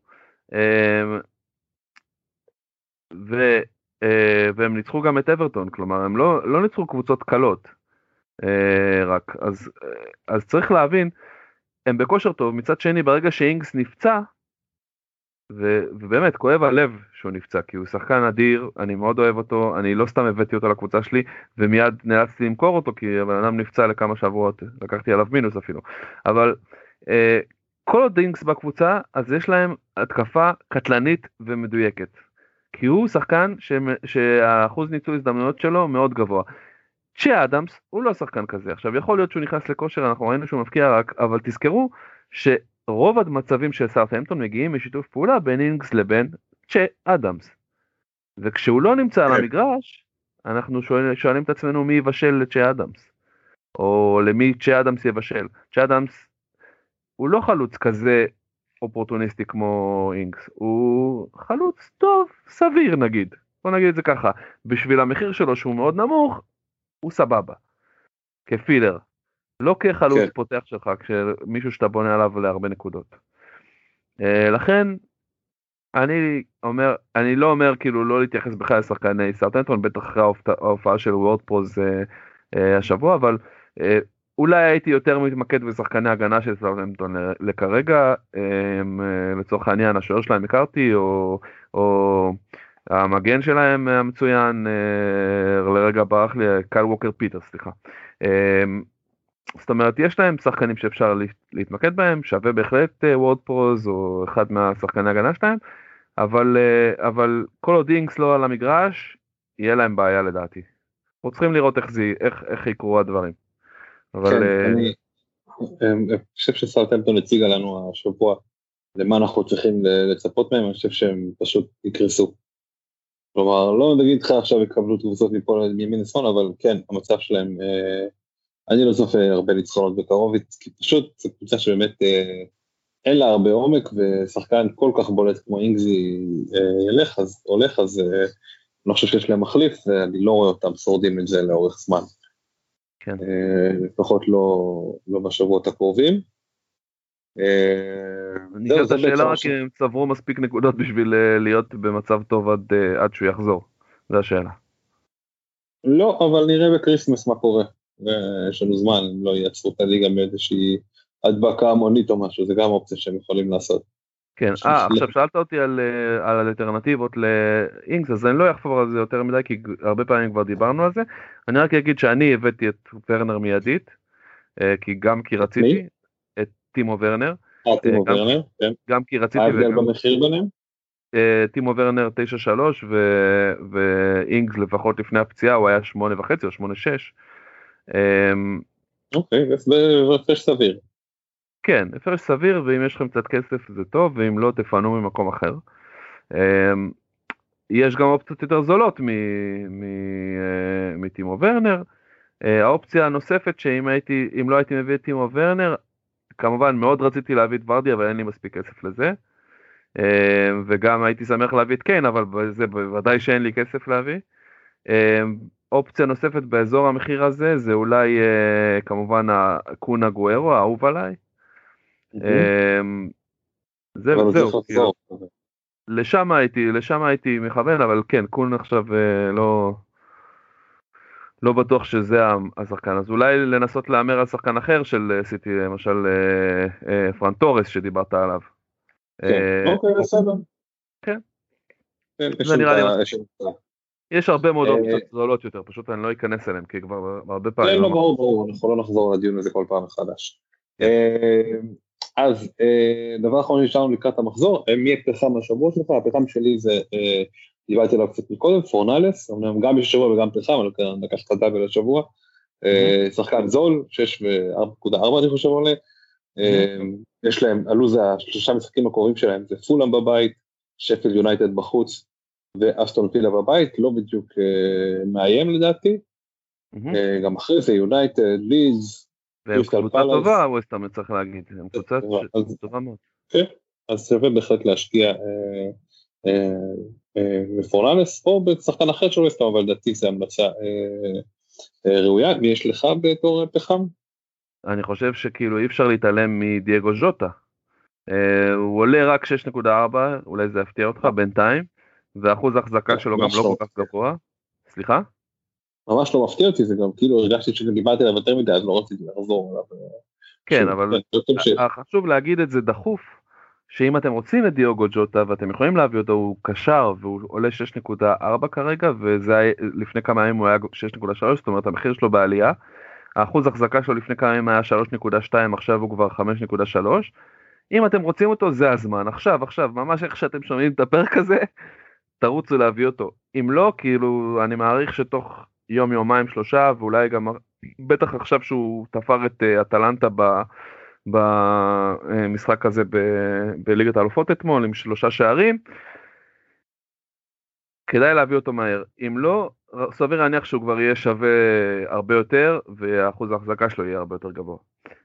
והם ניצחו גם את אברטון, כלומר הם לא ניצחו קבוצות קלות, רק, אז צריך להבין, הם בכושר טוב. מצד שני, ברגע שאינגס נפצע, ובאמת כואב הלב שהוא נפצע, כי הוא שחקן אדיר, אני מאוד אוהב אותו, אני לא סתם הבאתי אותו לקבוצה שלי, ומיד נאלצתי למכור אותו, כי הבן אדם נפצע לכמה שבועות, לקחתי עליו מינוס אפילו, אבל כל עוד אינגס בקבוצה, אז יש להם התקפה קטלנית ומדויקת, כי הוא שחקן שהאחוז ניצול הזדמנויות שלו מאוד גבוה. צ'ה אדמס הוא לא שחקן כזה. עכשיו יכול להיות שהוא נכנס לכושר, אנחנו ראינו שהוא מפקיע רק, אבל תזכרו שרוב המצבים של סאות'המפטון מגיעים משיתוף פעולה בין אינגס לבין צ'ה אדמס, וכשהוא לא נמצא על המגרש אנחנו שואלים את עצמנו מי יבשל לצ'ה אדמס, או למי צ'ה אדמס יבשל. צ'ה אדמס הוא לא חלוץ כזה אופורטוניסטי כמו אינגס, הוא חלוץ טוב, סביר נגיד, בוא נגיד את זה ככה, בשביל המחיר שלו שהוא מאוד נמוך, הוא סבבה, כפילר, לא כחלוץ פותח שלך, כשמישהו שאתה בונה עליו להרבה נקודות. לכן, אני לא אומר כאילו לא להתייחס בכלל לשחקני סאות'המפטון, בטח אחרי ההופעה של וורדפרס השבוע, אבל אולי הייתי יותר מתמקד בשחקני הגנה של סאות'המפטון לכרגע, לצורך העניין השוער שלהם הכרתי, או המגן שלהם המצוין, לרגע ברח לי, קייל ווקר פיטר, סליחה. זאת אומרת, יש להם שחקנים שאפשר להתמקד בהם, שווה בהחלט וורדפרס או אחד מהשחקני הגנה שלהם, אבל כל עוד אינגס לא על המגרש, יהיה להם בעיה לדעתי. אנחנו צריכים לראות איך יקרו הדברים. כן, אני חושב שסאות'המפטון הציגה לנו השבוע למה אנחנו צריכים לצפות מהם, אני חושב שהם פשוט יקרסו. כלומר, לא נגיד לך עכשיו יקבלו קבוצות מפה מימין לשמאל, אבל כן, המצב שלהם, אני לא צופה הרבה ניצחונות בקרוב, כי פשוט זו קבוצה שבאמת אין לה הרבה עומק, ושחקן כל כך בולט כמו אינגזי הולך, אז אני לא חושב שיש להם מחליף, ואני לא רואה אותם שורדים את זה לאורך זמן. כן. לפחות לא בשבועות הקרובים. אני חושב את השאלה רק אם הם צברו מספיק נקודות בשביל להיות במצב טוב עד שהוא יחזור, זו השאלה. לא, אבל נראה בקריסמס מה קורה, ויש לנו זמן, אם לא יעצרו את הליגה מאיזושהי הדבקה המונית או משהו, זה גם אופציה שהם יכולים לעשות. כן, עכשיו שאלת אותי על האלטרנטיבות לאינגס, אז אני לא אחפור על זה יותר מדי, כי הרבה פעמים כבר דיברנו על זה. אני רק אגיד שאני הבאתי את ורנר מיידית, גם כי רציתי את טימו ורנר. טימו ורנר, כן. גם כי רציתי. מה ההבדל במחיר ביניהם? טימו ורנר 9.3 ואינגס לפחות לפני הפציעה הוא היה 8.5 או 8.6. אוקיי, זה הפרש סביר. כן, הפרש סביר, ואם יש לכם קצת כסף זה טוב, ואם לא תפנו ממקום אחר. יש גם אופציות יותר זולות מטימו ורנר. האופציה הנוספת שאם לא הייתי מביא את טימו ורנר, כמובן מאוד רציתי להביא את ורדי, אבל אין לי מספיק כסף לזה. וגם הייתי שמח להביא את קיין, אבל זה בוודאי שאין לי כסף להביא. אופציה נוספת באזור המחיר הזה, זה אולי כמובן הקונה גוארו, האהוב עליי. זהו, לשם הייתי מכוון, אבל כן, קון עכשיו לא בטוח שזה השחקן, אז אולי לנסות לאמר על שחקן אחר של סיטי, למשל פרן טורס שדיברת עליו. אוקיי, בסדר. כן. זה נראה לי יש הרבה מאוד אופציות זולות יותר, פשוט אני לא אכנס אליהם, כי כבר הרבה פעמים... כן, לא, ברור, אנחנו לא נחזור לדיון הזה כל פעם מחדש. אז דבר אחרון נשארנו לקראת המחזור, מי הפחם השבוע שלך? הפחם שלי זה, דיברתי עליו קצת מקודם, פורנלס, גם יש שבוע וגם פחם, אבל כאן לקח את הדאבל השבוע, שחקן זול, 6.4 אני חושב עולה, יש להם, עלו זה השלושה משחקים הקרובים שלהם, זה פולאם בבית, שפילד יונייטד בחוץ, ואסטון וילה בבית, לא בדיוק מאיים לדעתי, גם אחרי זה יונייטד, לידס, והם קבוצה טובה, ווסטהאם צריך להגיד, הם קבוצה טובה מאוד. כן, אז שווה בהחלט להשקיע בפורלנס, או בשחקן אחר של ווסטהאם, אבל לדעתי זה המלצה ראויה. מי יש לך בתור פחם? אני חושב שכאילו אי אפשר להתעלם מדייגו ז'וטה. הוא עולה רק 6.4, אולי זה יפתיע אותך בינתיים, ואחוז ההחזקה שלו גם לא כל כך גבוה. סליחה? ממש לא מפתיע אותי, זה גם כאילו הרגשתי שדיברתי עליו יותר מדי, אז לא רציתי לחזור עליו. כן, אבל חשוב להגיד את זה דחוף, שאם אתם רוצים את דיוגו ג'וטה ואתם יכולים להביא אותו, הוא קשר והוא עולה 6.4 כרגע, וזה לפני כמה ימים הוא היה 6.3, זאת אומרת המחיר שלו בעלייה, האחוז החזקה שלו לפני כמה ימים היה 3.2, עכשיו הוא כבר 5.3, אם אתם רוצים אותו זה הזמן, עכשיו, ממש איך שאתם שומעים את הפרק הזה, תרוצו להביא אותו, אם לא, כאילו אני מעריך שתוך יום, יומיים, שלושה, ואולי גם, בטח עכשיו שהוא תפר את אטלנטה במשחק הזה בליגת האלופות אתמול עם 3 שערים, כדאי להביא אותו מהר. אם לא, סביר להניח שהוא כבר יהיה שווה הרבה יותר, והאחוז ההחזקה שלו יהיה הרבה יותר גבוה.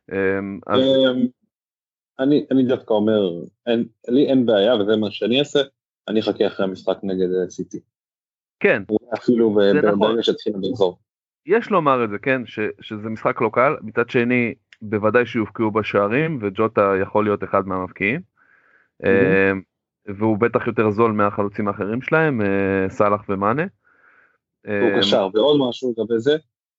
אני דווקא אומר, לי אין בעיה, וזה מה שאני אעשה, אני אחכה אחרי המשחק נגד סיטי. כן. אפילו ברגע שהתחיל לבחור. יש לומר את זה, כן, שזה משחק לא קל, מצד שני, בוודאי שיופקעו בשערים, וג'וטה יכול להיות אחד מהמבקיעים, והוא בטח יותר זול מהחלוצים האחרים שלהם, סלאח ומאנה. הוא קשר, ועוד משהו לגבי זה,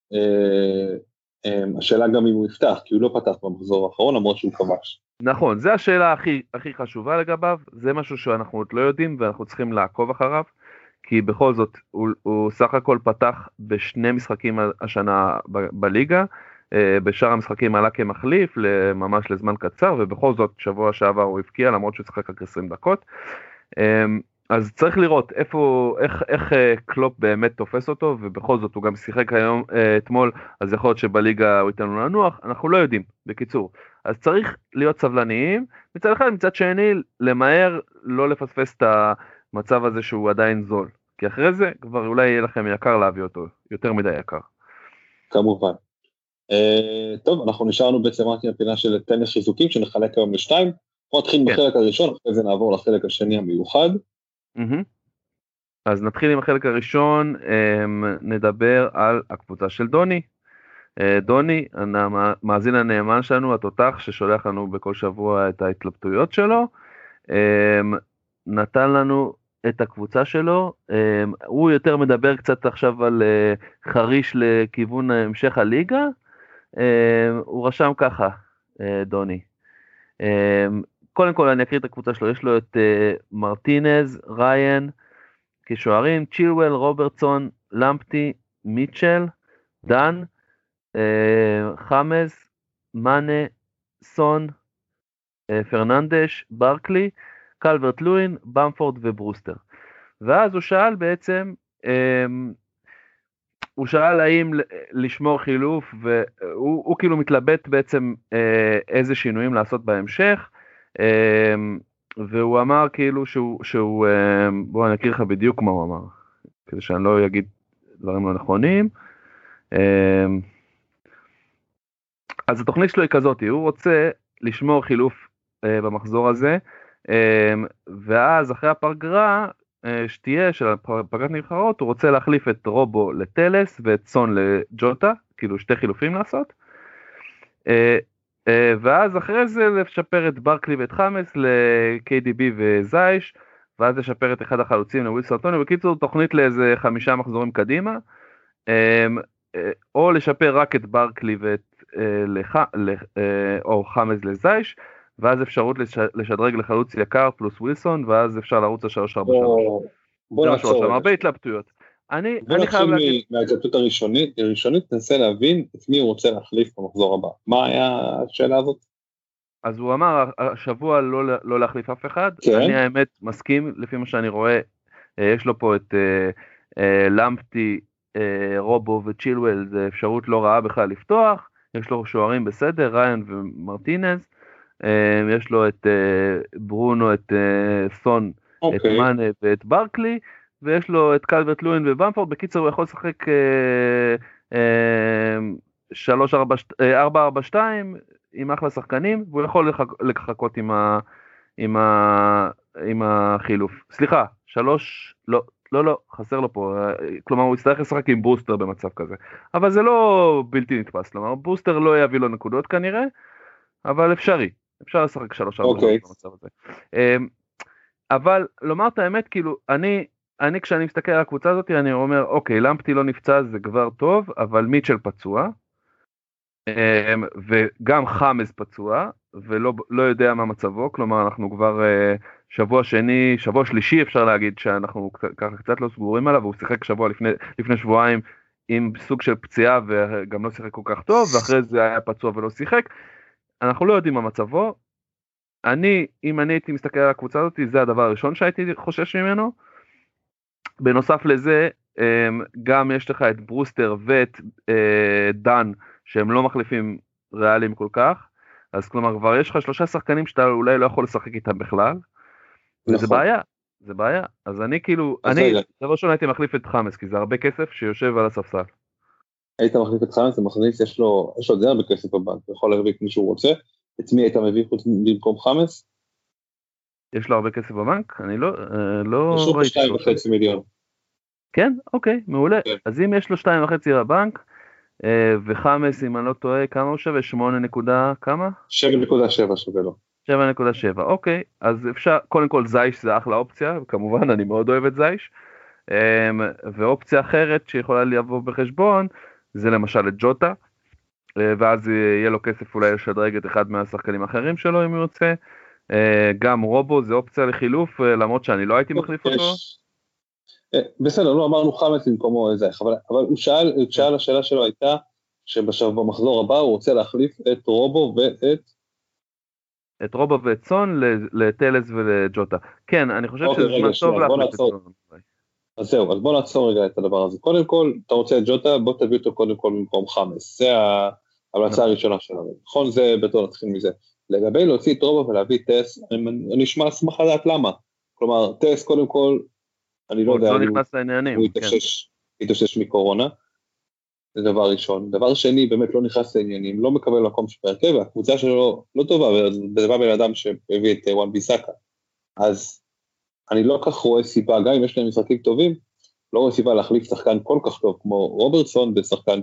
השאלה גם אם הוא יפתח, כי הוא לא פתח במחזור האחרון, למרות שהוא כבש. נכון, זו השאלה הכי חשובה לגביו, זה משהו שאנחנו עוד לא יודעים, ואנחנו צריכים לעקוב אחריו, כי בכל זאת, הוא סך הכל פתח בשני משחקים השנה בליגה, בשאר המשחקים עלה כמחליף, ממש לזמן קצר, ובכל זאת, שבוע שעבר הוא הפקיע, למרות שהוא שחק רק 20 דקות, אז צריך לראות איך קלופ באמת תופס אותו, ובכל זאת הוא גם שיחק היום אתמול, אז יכול להיות שבליגה הוא ייתן לנו לנוח, אנחנו לא יודעים, בקיצור. אז צריך להיות סבלניים, מצד אחד, מצד שני, למהר לא לפספס את המצב הזה שהוא עדיין זול, כי אחרי זה כבר אולי יהיה לכם יקר להביא אותו, יותר מדי יקר. כמובן. טוב, אנחנו נשארנו בעצם רק עם הפינה של טניס חיזוקים, שנחלק היום לשתיים, בואו נתחיל בחלק הראשון, אחרי זה נעבור לחלק השני המיוחד. אז נתחיל עם החלק הראשון, נדבר על הקבוצה של דוני. דוני, המאזין הנאמן שלנו, התותח ששולח לנו בכל שבוע את ההתלבטויות שלו, נתן לנו את הקבוצה שלו, הוא יותר מדבר קצת עכשיו על חריש לכיוון המשך הליגה, הוא רשם ככה, דוני. קודם כל אני אקריא את הקבוצה שלו, יש לו את מרטינז, ריין, כשוערים, צ'ילואל, רוברטסון, למפטי, מיטשל, דן, חמאס, מאנה, סון, פרננדש, ברקלי, קלברט לוין, במפורד וברוסטר. ואז הוא שאל בעצם, הוא שאל האם לשמור חילוף, והוא כאילו מתלבט בעצם איזה שינויים לעשות בהמשך, והוא אמר כאילו שהוא בוא אני אקריא לך בדיוק מה הוא אמר, כדי שאני לא אגיד דברים לא נכונים. אז התוכנית שלו היא כזאת, הוא רוצה לשמור חילוף במחזור הזה, ואז אחרי הפגרה שתהיה של פגרת נבחרות, הוא רוצה להחליף את רובו לטלס ואת סון לג'וטה, כאילו שתי חילופים לעשות, ואז אחרי זה לשפר את ברקלי ואת חמאס ל-KDB וזייש, ואז לשפר את אחד החלוצים לווילסון אנטוני, בקיצור תוכנית לאיזה 5 מחזורים קדימה, או לשפר רק את ברקלי או חמאס לזייש, ואז אפשרות לשדרג לחלוץ יקר פלוס ווילסון, ואז אפשר לרוץ ל-3-4-3. בוא נעצור. הרבה התלבטויות. בוא נתחיל מההתלבטות הראשונית, ננסה להבין את מי הוא רוצה להחליף במחזור הבא. מה היה השאלה הזאת? אז הוא אמר, השבוע לא להחליף אף אחד, אני האמת מסכים, לפי מה שאני רואה, יש לו פה את למפטי, רובו וצ'ילואל, זה אפשרות לא רעה בכלל לפתוח, יש לו שוערים בסדר, ריין ומרטינז, יש לו את ברונו, את סון, את מאנה ואת ברקלי, ויש לו את קלברט לואין ובמפורד. בקיצור הוא יכול לשחק 4-4-2 עם אחלה שחקנים, והוא יכול לחכות עם החילוף. סליחה, 3, לא, חסר לו פה, כלומר הוא יצטרך לשחק עם ברוסטר במצב כזה, אבל זה לא בלתי נתפס, כלומר ברוסטר לא יביא לו נקודות כנראה, אבל אפשר לשחק 3-4 במצב הזה. אבל לומר את האמת, כאילו, אני כשאני מסתכל על הקבוצה הזאת, אני אומר, אוקיי, למפטי לא נפצע, זה כבר טוב, אבל מיטשל פצוע, וגם חמאס פצוע, ולא יודע מה מצבו, כלומר, אנחנו כבר שבוע שלישי, אפשר להגיד שאנחנו ככה קצת לא סגורים עליו, והוא שיחק שבוע לפני שבועיים, עם סוג של פציעה, וגם לא שיחק כל כך טוב, ואחרי זה היה פצוע ולא שיחק, אנחנו לא יודעים מה מצבו. אם אני הייתי מסתכל על הקבוצה הזאת, זה הדבר הראשון שהייתי חושש ממנו. בנוסף לזה, גם יש לך את ברוסטר ואת דן, שהם לא מחליפים ריאליים כל כך, אז כלומר כבר יש לך 3 שחקנים שאתה אולי לא יכול לשחק איתם בכלל, וזה בעיה, אז אני כאילו, דבר ראשון הייתי מחליף את חמאס, כי זה הרבה כסף שיושב על הספסל. היית מחליף את חמאס, יש לו די הרבה כסף בבנק, הוא יכול להביא מי שהוא רוצה. את מי היית מביא חוץ במקום חמאס? יש לו הרבה כסף בבנק? אני לא ראיתי. 2.5 מיליון. כן? אוקיי, מעולה. אז אם יש לו 2.5 בבנק, וחמאס, אם אני לא טועה, כמה הוא שווה? 8 נקודה, כמה? 7.7 שווה לו. 7.7, אוקיי. אז אפשר, קודם כל זייש זה אחלה אופציה, וכמובן אני מאוד אוהב את זייש. ואופציה אחרת שיכולה לבוא בחשבון, זה למשל את ג'וטה, ואז יהיה לו כסף אולי לשדרג את אחד מהשחקנים האחרים שלו אם הוא יוצא. גם רובו זה אופציה לחילוף, למרות שאני לא הייתי מחליף אותו. בסדר, לא אמרנו חמאס במקומו איזה, אבל הוא שאל, השאלה שלו הייתה, שבמחזור הבא הוא רוצה להחליף את רובו את רובו ואת סון לטלס ולג'וטה. כן, אני חושב שזה זמן טוב להחליף את סון. אז זהו, אז בוא נעצור רגע את הדבר הזה. קודם כל, אתה רוצה את ג'וטה, בוא תביא אותו קודם כל במקום חמאס. זה ההמלצה הראשונה שלנו. נכון, זה בטוח נתחיל מזה. לגבי להוציא את רובו ולהביא טס, אני אשמח לדעת למה. כלומר, טס קודם כל, אני לא יודע, הוא יתאושש מקורונה, זה דבר ראשון. דבר שני, באמת לא נכנס לעניינים, לא מקבל מקום שבהרכב, והקבוצה שלו לא טובה, וזה בא בן אדם שהביא את וואן ביסאקה. אז אני לא כך רואה סיבה, גם אם יש להם משחקים טובים, לא רואה סיבה להחליף שחקן כל כך טוב, כמו רוברטסון, בשחקן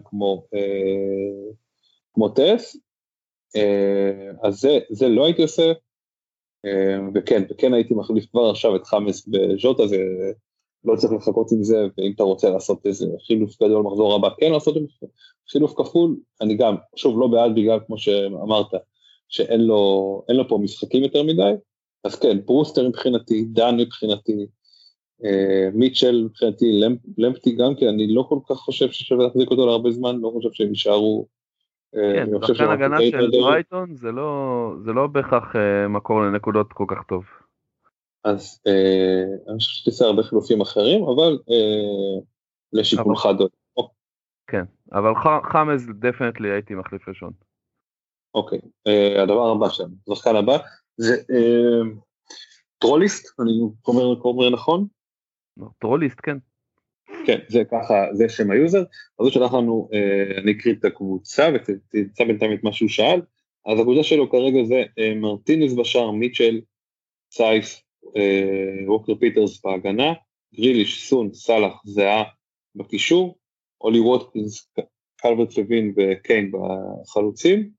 כמו טס, אז זה לא הייתי עושה, וכן הייתי מחליף כבר עכשיו את חמאס בז'וטה, זה לא צריך לחכות עם זה, ואם אתה רוצה לעשות איזה חילוף גדול מחזור הבא, כן לעשות חילוף כפול, אני גם, שוב, לא בעד בגלל, כמו שאמרת, שאין לו פה משחקים יותר מדי, אז כן, ברוסטר מבחינתי, דן מבחינתי, מיטשל מבחינתי, למפטי גם כן, אני לא כל כך חושב ששווה להחזיק אותו להרבה זמן, לא חושב שהם יישארו, כן, שחקן הגנה של ברייטון, זה לא בהכרח מקור לנקודות כל כך טוב. אז אני חושב שתעשה הרבה חילופים אחרים, אבל לשיקול חד. כן, אבל חמאס דפנטלי הייתי מחליף ראשון. אוקיי, הדבר הבא שם, השחקן הבא, זה טרוליסט, אני אומר נכון? טרוליסט, כן. כן, זה ככה, זה שם היוזר, אז הוא שלח לנו, אני אקריא את הקבוצה, ותמצא בינתיים את מה שהוא שאל, אז הקבוצה שלו כרגע זה מרטינס בשער, מיטשל, סייף, ווקר פיטרס בהגנה, גריליש, סון, סלח, זהה בקישור, אולי ווטקינס, קלברט לוין וקיין בחלוצים,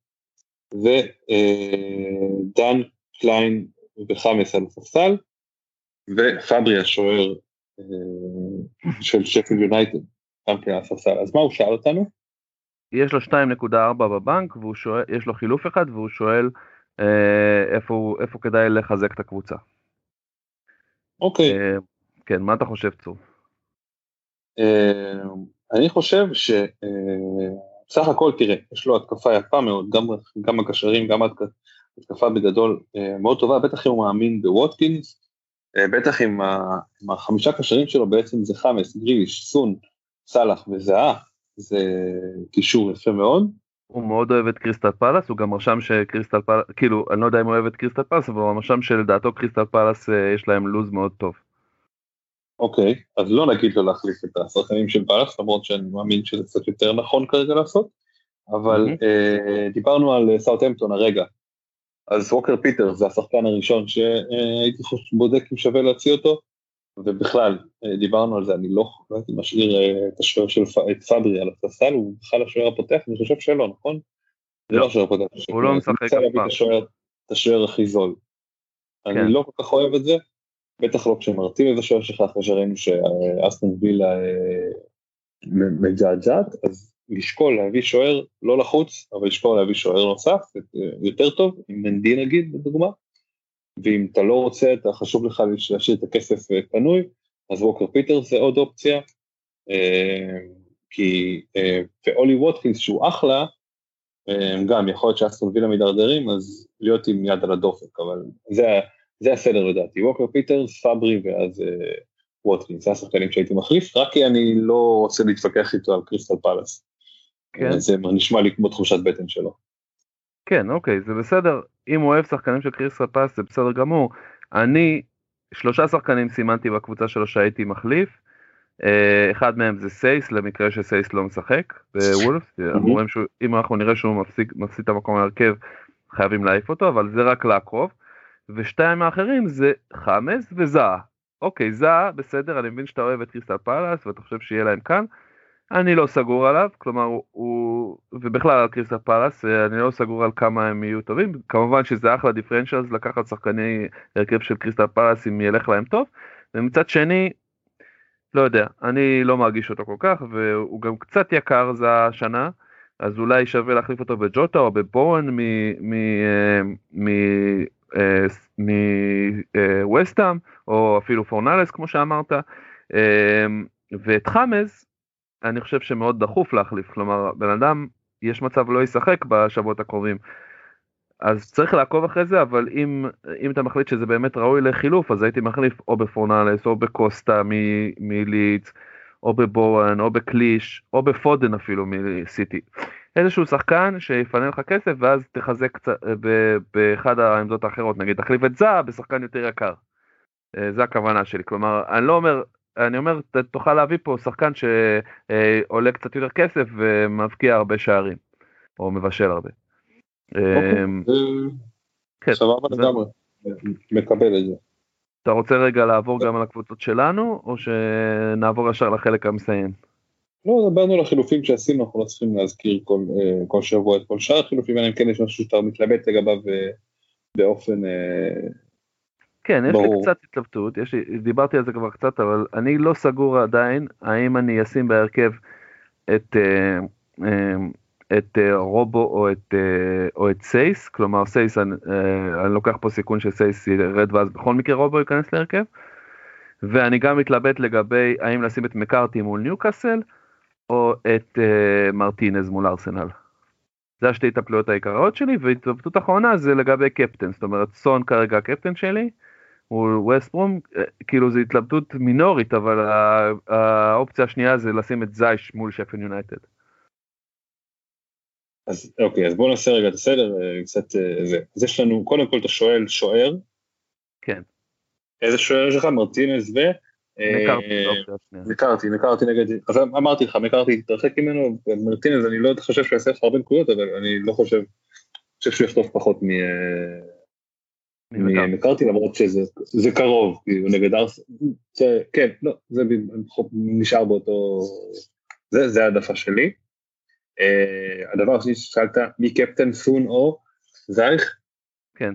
ודן קליין וחמאס על הספסל, ופברי השוער של שפילד יונייטד, גם כן על הספסל. אז מה הוא שאל אותנו? יש לו 2.4 בבנק, יש לו חילוף אחד, והוא שואל איפה כדאי לחזק את הקבוצה. אוקיי. כן, מה אתה חושב, צור? אני חושב סך הכל, תראה, יש לו התקפה יפה מאוד, גם הקשרים, גם התקפה בגדול מאוד טובה, בטח אם הוא מאמין בווטקינס, בטח עם 5 קשרים שלו בעצם זה חמאס, גריליש, סון, סלח וזהה, זה קישור יפה מאוד. הוא מאוד אוהב את קריסטל פלאס, הוא גם רשם שקריסטל פלאס, כאילו, אני לא יודע אם הוא אוהב את קריסטל פלאס, אבל הוא רשם שלדעתו קריסטל פלאס יש להם לוז מאוד טוב. אוקיי, אז לא נגיד לו להחליף את השחקנים של פאלאס, למרות שאני מאמין שזה קצת יותר נכון כרגע לעשות, אבל דיברנו על סאות'המפטון הרגע, אז ווקר פיטר זה השחקן הראשון שהייתי בודק אם שווה להציע אותו, ובכלל, דיברנו על זה, אני לא הייתי משאיר את השוער של פאברי על הספסל, הוא בכלל השוער הפותח, אני חושב שלא, נכון? זה לא השוער הפותח, הוא לא משחק אף פעם. את השוער הכי זול. אני לא כל כך אוהב את זה, בטח לא כשמרתים את השוער שלך, אחרי שראינו שאסטון וילה מג'עג'עת, אז לשקול להביא שוער לא לחוץ, אבל לשקול להביא שוער נוסף, יותר טוב, עם מנדי נגיד, בדוגמה, ואם אתה לא רוצה, אתה חשוב לך להשאיר את הכסף פנוי, אז ווקר פיטר זה עוד אופציה, כי ואולי ווטקינס שהוא אחלה, גם יכול להיות שאסטון וילה מדרדרים, אז להיות עם יד על הדופק, אבל זה הסדר לדעתי, ווקר פיטר, פאברי ואז ווטקינס, זה השחקנים שהייתי מחליף, רק כי אני לא רוצה להתווכח איתו על קריסטל פלאס, זה נשמע לי כמו תחושת בטן שלו. כן, אוקיי, זה בסדר, אם הוא אוהב שחקנים של קריסטל פלאס זה בסדר גמור, אני 3 שחקנים סימנתי בקבוצה שלו שהייתי מחליף, אחד מהם זה סייס, למקרה שסייס לא משחק בוולפס, אם אנחנו נראה שהוא מפסיד את המקום ההרכב, חייבים להעיף אותו, אבל זה רק לעקוב, ושתיים האחרים זה חמאס וזאה. אוקיי, זאה, בסדר, אני מבין שאתה אוהב את קריסטל פלאס, ואתה חושב שיהיה להם כאן, אני לא סגור עליו, כלומר, ובכלל על קריסטל פלאס, אני לא סגור על כמה הם יהיו טובים, כמובן שזה אחלה דיפרנציאלס, לקחת שחקני הרכב של קריסטל פלאס אם ילך להם טוב, ומצד שני, לא יודע, אני לא מרגיש אותו כל כך, והוא גם קצת יקר זה השנה, אז אולי שווה להחליף אותו בג'וטה או בבורן מווסטהאם, או אפילו פורנלס כמו שאמרת, ואת חמאס, אני חושב שמאוד דחוף להחליף, כלומר, בן אדם, יש מצב לא ישחק בשבועות הקרובים, אז צריך לעקוב אחרי זה, אבל אם אתה מחליט שזה באמת ראוי לחילוף, אז הייתי מחליף או בפורנלס, או בקוסטה מליץ, או בבורן, או בקליש, או בפודן אפילו מסיטי. איזשהו שחקן שיפנה לך כסף, ואז תחזק באחד העמדות האחרות, נגיד תחליף את זה בשחקן יותר יקר. זה הכוונה שלי, כלומר, אני אומר, תוכל להביא פה שחקן שעולה קצת יותר כסף, ומבקיע הרבה שערים, או מבשל הרבה. סבבה לגמרי, מקבל את זה. אתה רוצה רגע לעבור גם על הקבוצות שלנו, או שנעבור ישר לחלק המסיים? לא, דברנו על החילופים שעשינו, אנחנו לא צריכים להזכיר כל שבוע את כל שאר החילופים, אלא אם כן יש משהו שאתה מתלבט לגביו באופן כן, יש לי קצת התלבטות, דיברתי על זה כבר קצת, אבל אני לא סגור עדיין, האם אני אשים בהרכב את רובו או את סייס, כלומר סייס, אני לוקח פה סיכון שסייס ירד ואז בכל מקרה רובו ייכנס להרכב, ואני גם מתלבט לגבי האם לשים את מקארתי מול ניוקאסל, או את מרטינז מול ארסנל. זה השתי התלבטויות העיקריות שלי, והתלבטות האחרונה זה לגבי קפטן, זאת אומרת סון כרגע הקפטן שלי, מול ווסט ברום, כאילו זה התלבטות מינורית, אבל האופציה השנייה זה לשים את זייש מול שפילד יונייטד. אז אוקיי, אז בואו נעשה רגע את הסדר, קצת זה. אז יש לנו, קודם כל אתה שואל שוער. כן. איזה שוער שלך? מרטינז ו... מקארתי נגד, אז אמרתי לך, מקארתי תתרחק ממנו, מרטינז אני לא חושב שהוא יעשה לך הרבה נקודות, אבל אני לא חושב שהוא יכתוב פחות מקארתי, למרות שזה קרוב, נגד ארסנל, כן, לא, זה נשאר באותו, זה העדפה שלי. הדבר השני ששאלת, מי קפטן סון או זייך? כן.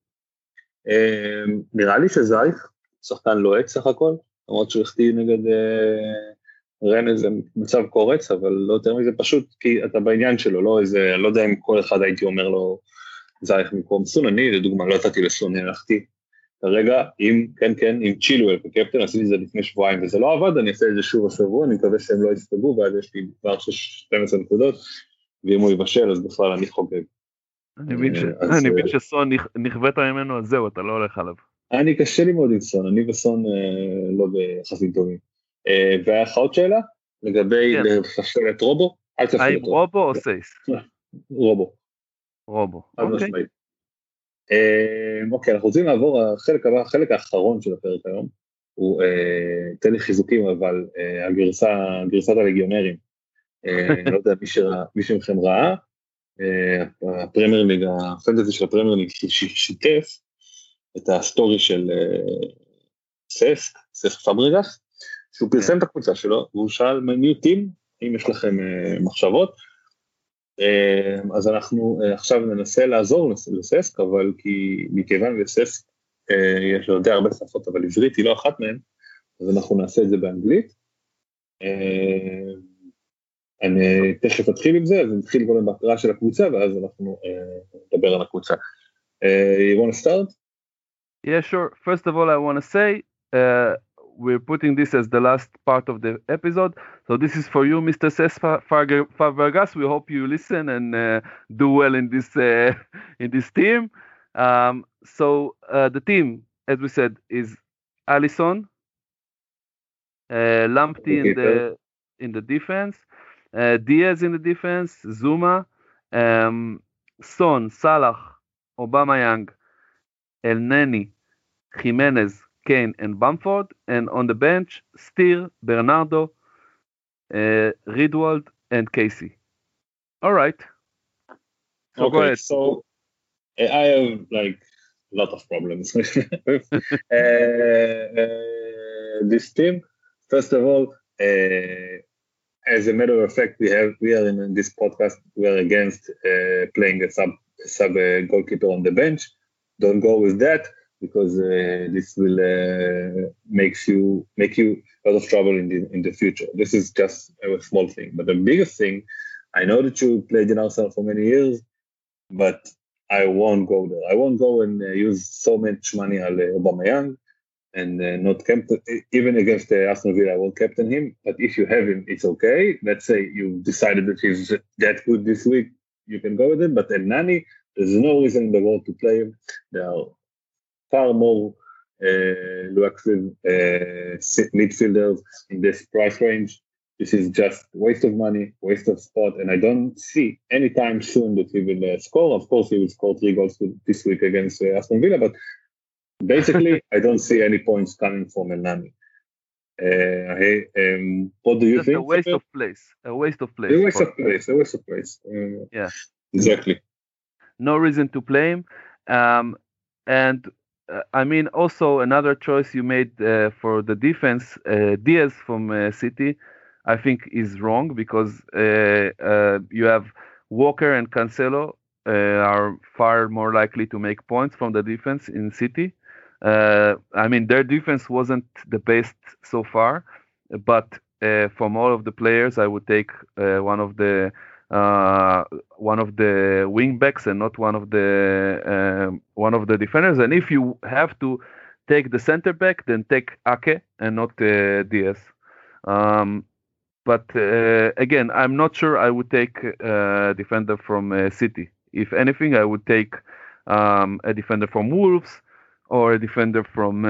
נראה לי שזייך, שחקן לועץ סך הכל, למרות שהחטיא נגד רן זה מצב קורץ, אבל לא יותר מזה פשוט, כי אתה בעניין שלו, לא איזה, לא יודע אם כל אחד הייתי אומר לו זייך מקום סון, אני לדוגמה לא יצאתי לסון, הלכתי כרגע עם צ'ילואל כקפטן, עשיתי את זה לפני שבועיים וזה לא עבד, אני אעשה את זה שוב השבוע, אני מקווה שהם לא יסתגרו, ואז יש לי כבר 12 נקודות, ואם הוא יבשל אז בכלל אני חוגג. אני מבין שסון נכבאת ממנו, אז זהו, אתה לא הולך עליו. אני קשה לי מאוד עם סון, אני וסון לא ביחסים טובים. והאחרות שאלה, לגבי לפספל את רובו, אל תפספל האם אותו. רובו או סייס? רובו. אוקיי, אנחנו רוצים לעבור, החלק האחרון של הפרק היום, הוא תן לי חיזוקים, אבל גרסת הלגיונרים, אני לא יודע מי שמכם ראה, הפרמייר ליג, הפנטזי של הפרמייר ליג שיתף את הסטורי של ססק פאברגס, שהוא פרסם את הקבוצה שלו, והוא שאל מי טים, אם יש לכם מחשבות, אז אנחנו עכשיו ננסה לעזור לססק, אבל מכיוון לססק יש לו די הרבה שפות, אבל עברית היא לא אחת מהן, אז אנחנו נעשה את זה באנגלית. אני תכף אתחיל עם זה, אז נתחיל קודם בהקראה של הקבוצה, ואז אנחנו נדבר על הקבוצה. You want to start? Yeah, sure. First of all, I want to say, we're putting this as the last part of the episode. So this is for you, Mr. Cesc Fabregas. We hope you listen and do well in this team. So the team, as we said, is Alisson, Lamptey in the defense, Diaz in the defense, Zuma, Son, Salah, Aubameyang, El Neni, Jimenez, Kane, and Bamford, and on the bench, Steer, Bernardo, Ridwald, and Casey. All right. So okay, go ahead. So I have like a lot of problems with this team. First of all, as a matter of fact, we are in this podcast, we are against playing a sub goalkeeper on the bench. Don't go with that, because this will make you a lot of trouble in the future. This is just a small thing. But the biggest thing, I know that you played in Arsenal for many years, but I won't go there. I won't go and use so much money on Aubameyang and not captain, even against Aston Villa, I won't captain him. But if you have him, it's okay. Let's say you decided that he's that good this week, you can go with him. But El Nani, there's no reason in the world to play him. There are far more lucrative midfielders in this price range. This is just waste of money, waste of spot, and I don't see anytime soon that he will score. Of course, he will score 3 goals this week against Aston Villa, but basically, I don't see any points coming from El Nani. What do you just think? A waste of place. A waste of place. A waste of place. Yeah. Exactly. No reason to play him. And I mean, also another choice you made for the defense, Diaz from City, I think is wrong, because you have Walker and Cancelo are far more likely to make points from the defense in City. I mean, their defense wasn't the best so far, but from all of the players, I would take one of the wing backs and not one of the defenders. And if you have to take the center back, then take Ake and not Diaz. But again, I'm not sure I would take a defender from City. If anything, I would take a defender from Wolves, or a defender from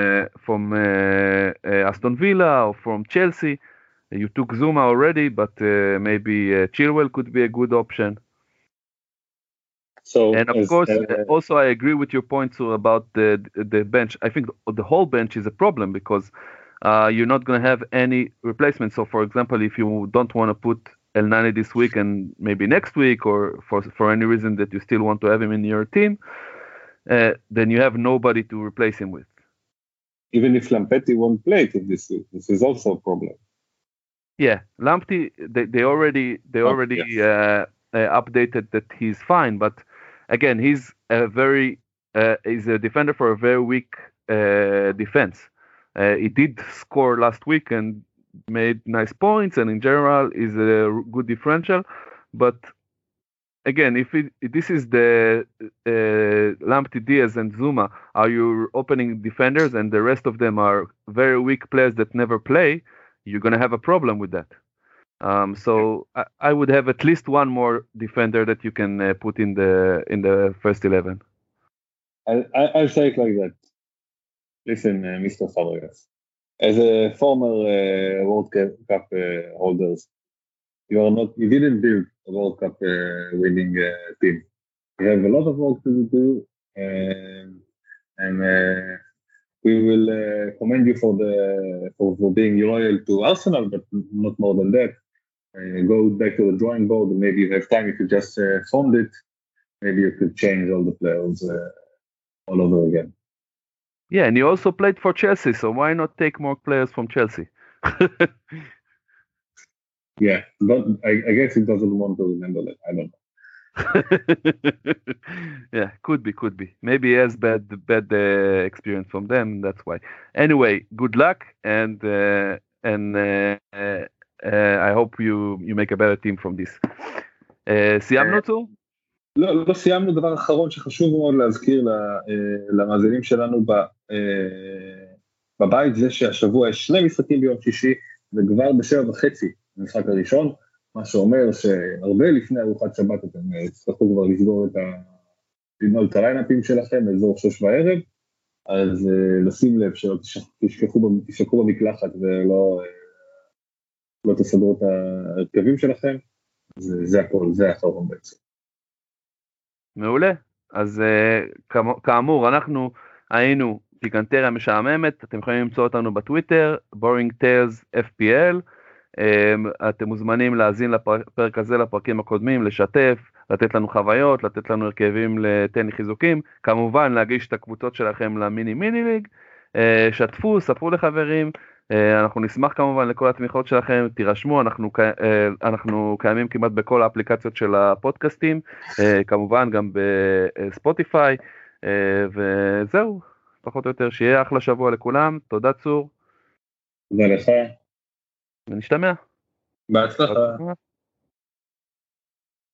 Aston Villa, or from Chelsea. You took Zuma already, but maybe Chilwell could be a good option. So, and of course, also I agree with your point about the bench. I think the whole bench is a problem, because you're not going to have any replacement. So, for example, if you don't want to put El Nani this week and maybe next week, or for any reason that you still want to have him in your team, then you have nobody to replace him with. Even if Lampetti won't play it this week, this is also a problem. Yeah, Lamptey, they already updated that he's fine, but again, he's a defender for a very weak defense. He did score last week and made nice points, and in general is a good differential, but again, if this is the Lamptey, Diaz, and Zuma are your opening defenders, and the rest of them are very weak players that never play, you're going to have a problem with that. So I would have at least one more defender that you can put in the first 11. I'll say it like that. Listen, Mr. Fabregas, as a former World Cup holders, you didn't build a World Cup winning team. You have a lot of work to do, and we will commend you for being loyal to Arsenal, but not more than that. Go back to the drawing board, and maybe you have time if you just fund it. Maybe you could change all the players all over again. Yeah, and you also played for Chelsea, so why not take more players from Chelsea? Yeah, but I guess he doesn't want to remember that. I don't know. Yeah, could be. Maybe he has bad experience from them. That's why. Anyway, good luck, and I hope you make a better team from this. סיימנו צור? לא סיימנו. דבר אחרון שחשוב מאוד להזכיר למאזינים שלנו בבית, זה שהשבוע יש 2 משחקים ביום שישי, וכבר ב7:30 המשחק הראשון, מה שאומר שהרבה לפני ארוחת שבת אתם תצטרכו כבר לסגור ללמוד את הליינאפים שלכם באזור 18:00, אז לשים לב שלא תשכחו במקלחת ולא תסדרו את ההרכבים שלכם. זה הכל, זה האחרון בעצם. מעולה. אז כאמור, אנחנו היינו פיקנטריה משעממת, אתם יכולים למצוא אותנו בטוויטר, Boring Tales FPL, אתם מוזמנים להאזין לפרק הזה, לפרקים הקודמים, לשתף, לתת לנו חוויות, לתת לנו הרכבים לתן חיזוקים, כמובן להגיש את הקבוצות שלכם למיני ליג, שתפו, ספרו לחברים, אנחנו נשמח כמובן לכל התמיכות שלכם, תירשמו, אנחנו קיימים כמעט בכל האפליקציות של הפודקאסטים, כמובן גם בספוטיפיי, וזהו, פחות או יותר, שיהיה אחלה שבוע לכולם, תודה צור. תודה לך. ונשתמע. בהצלחה.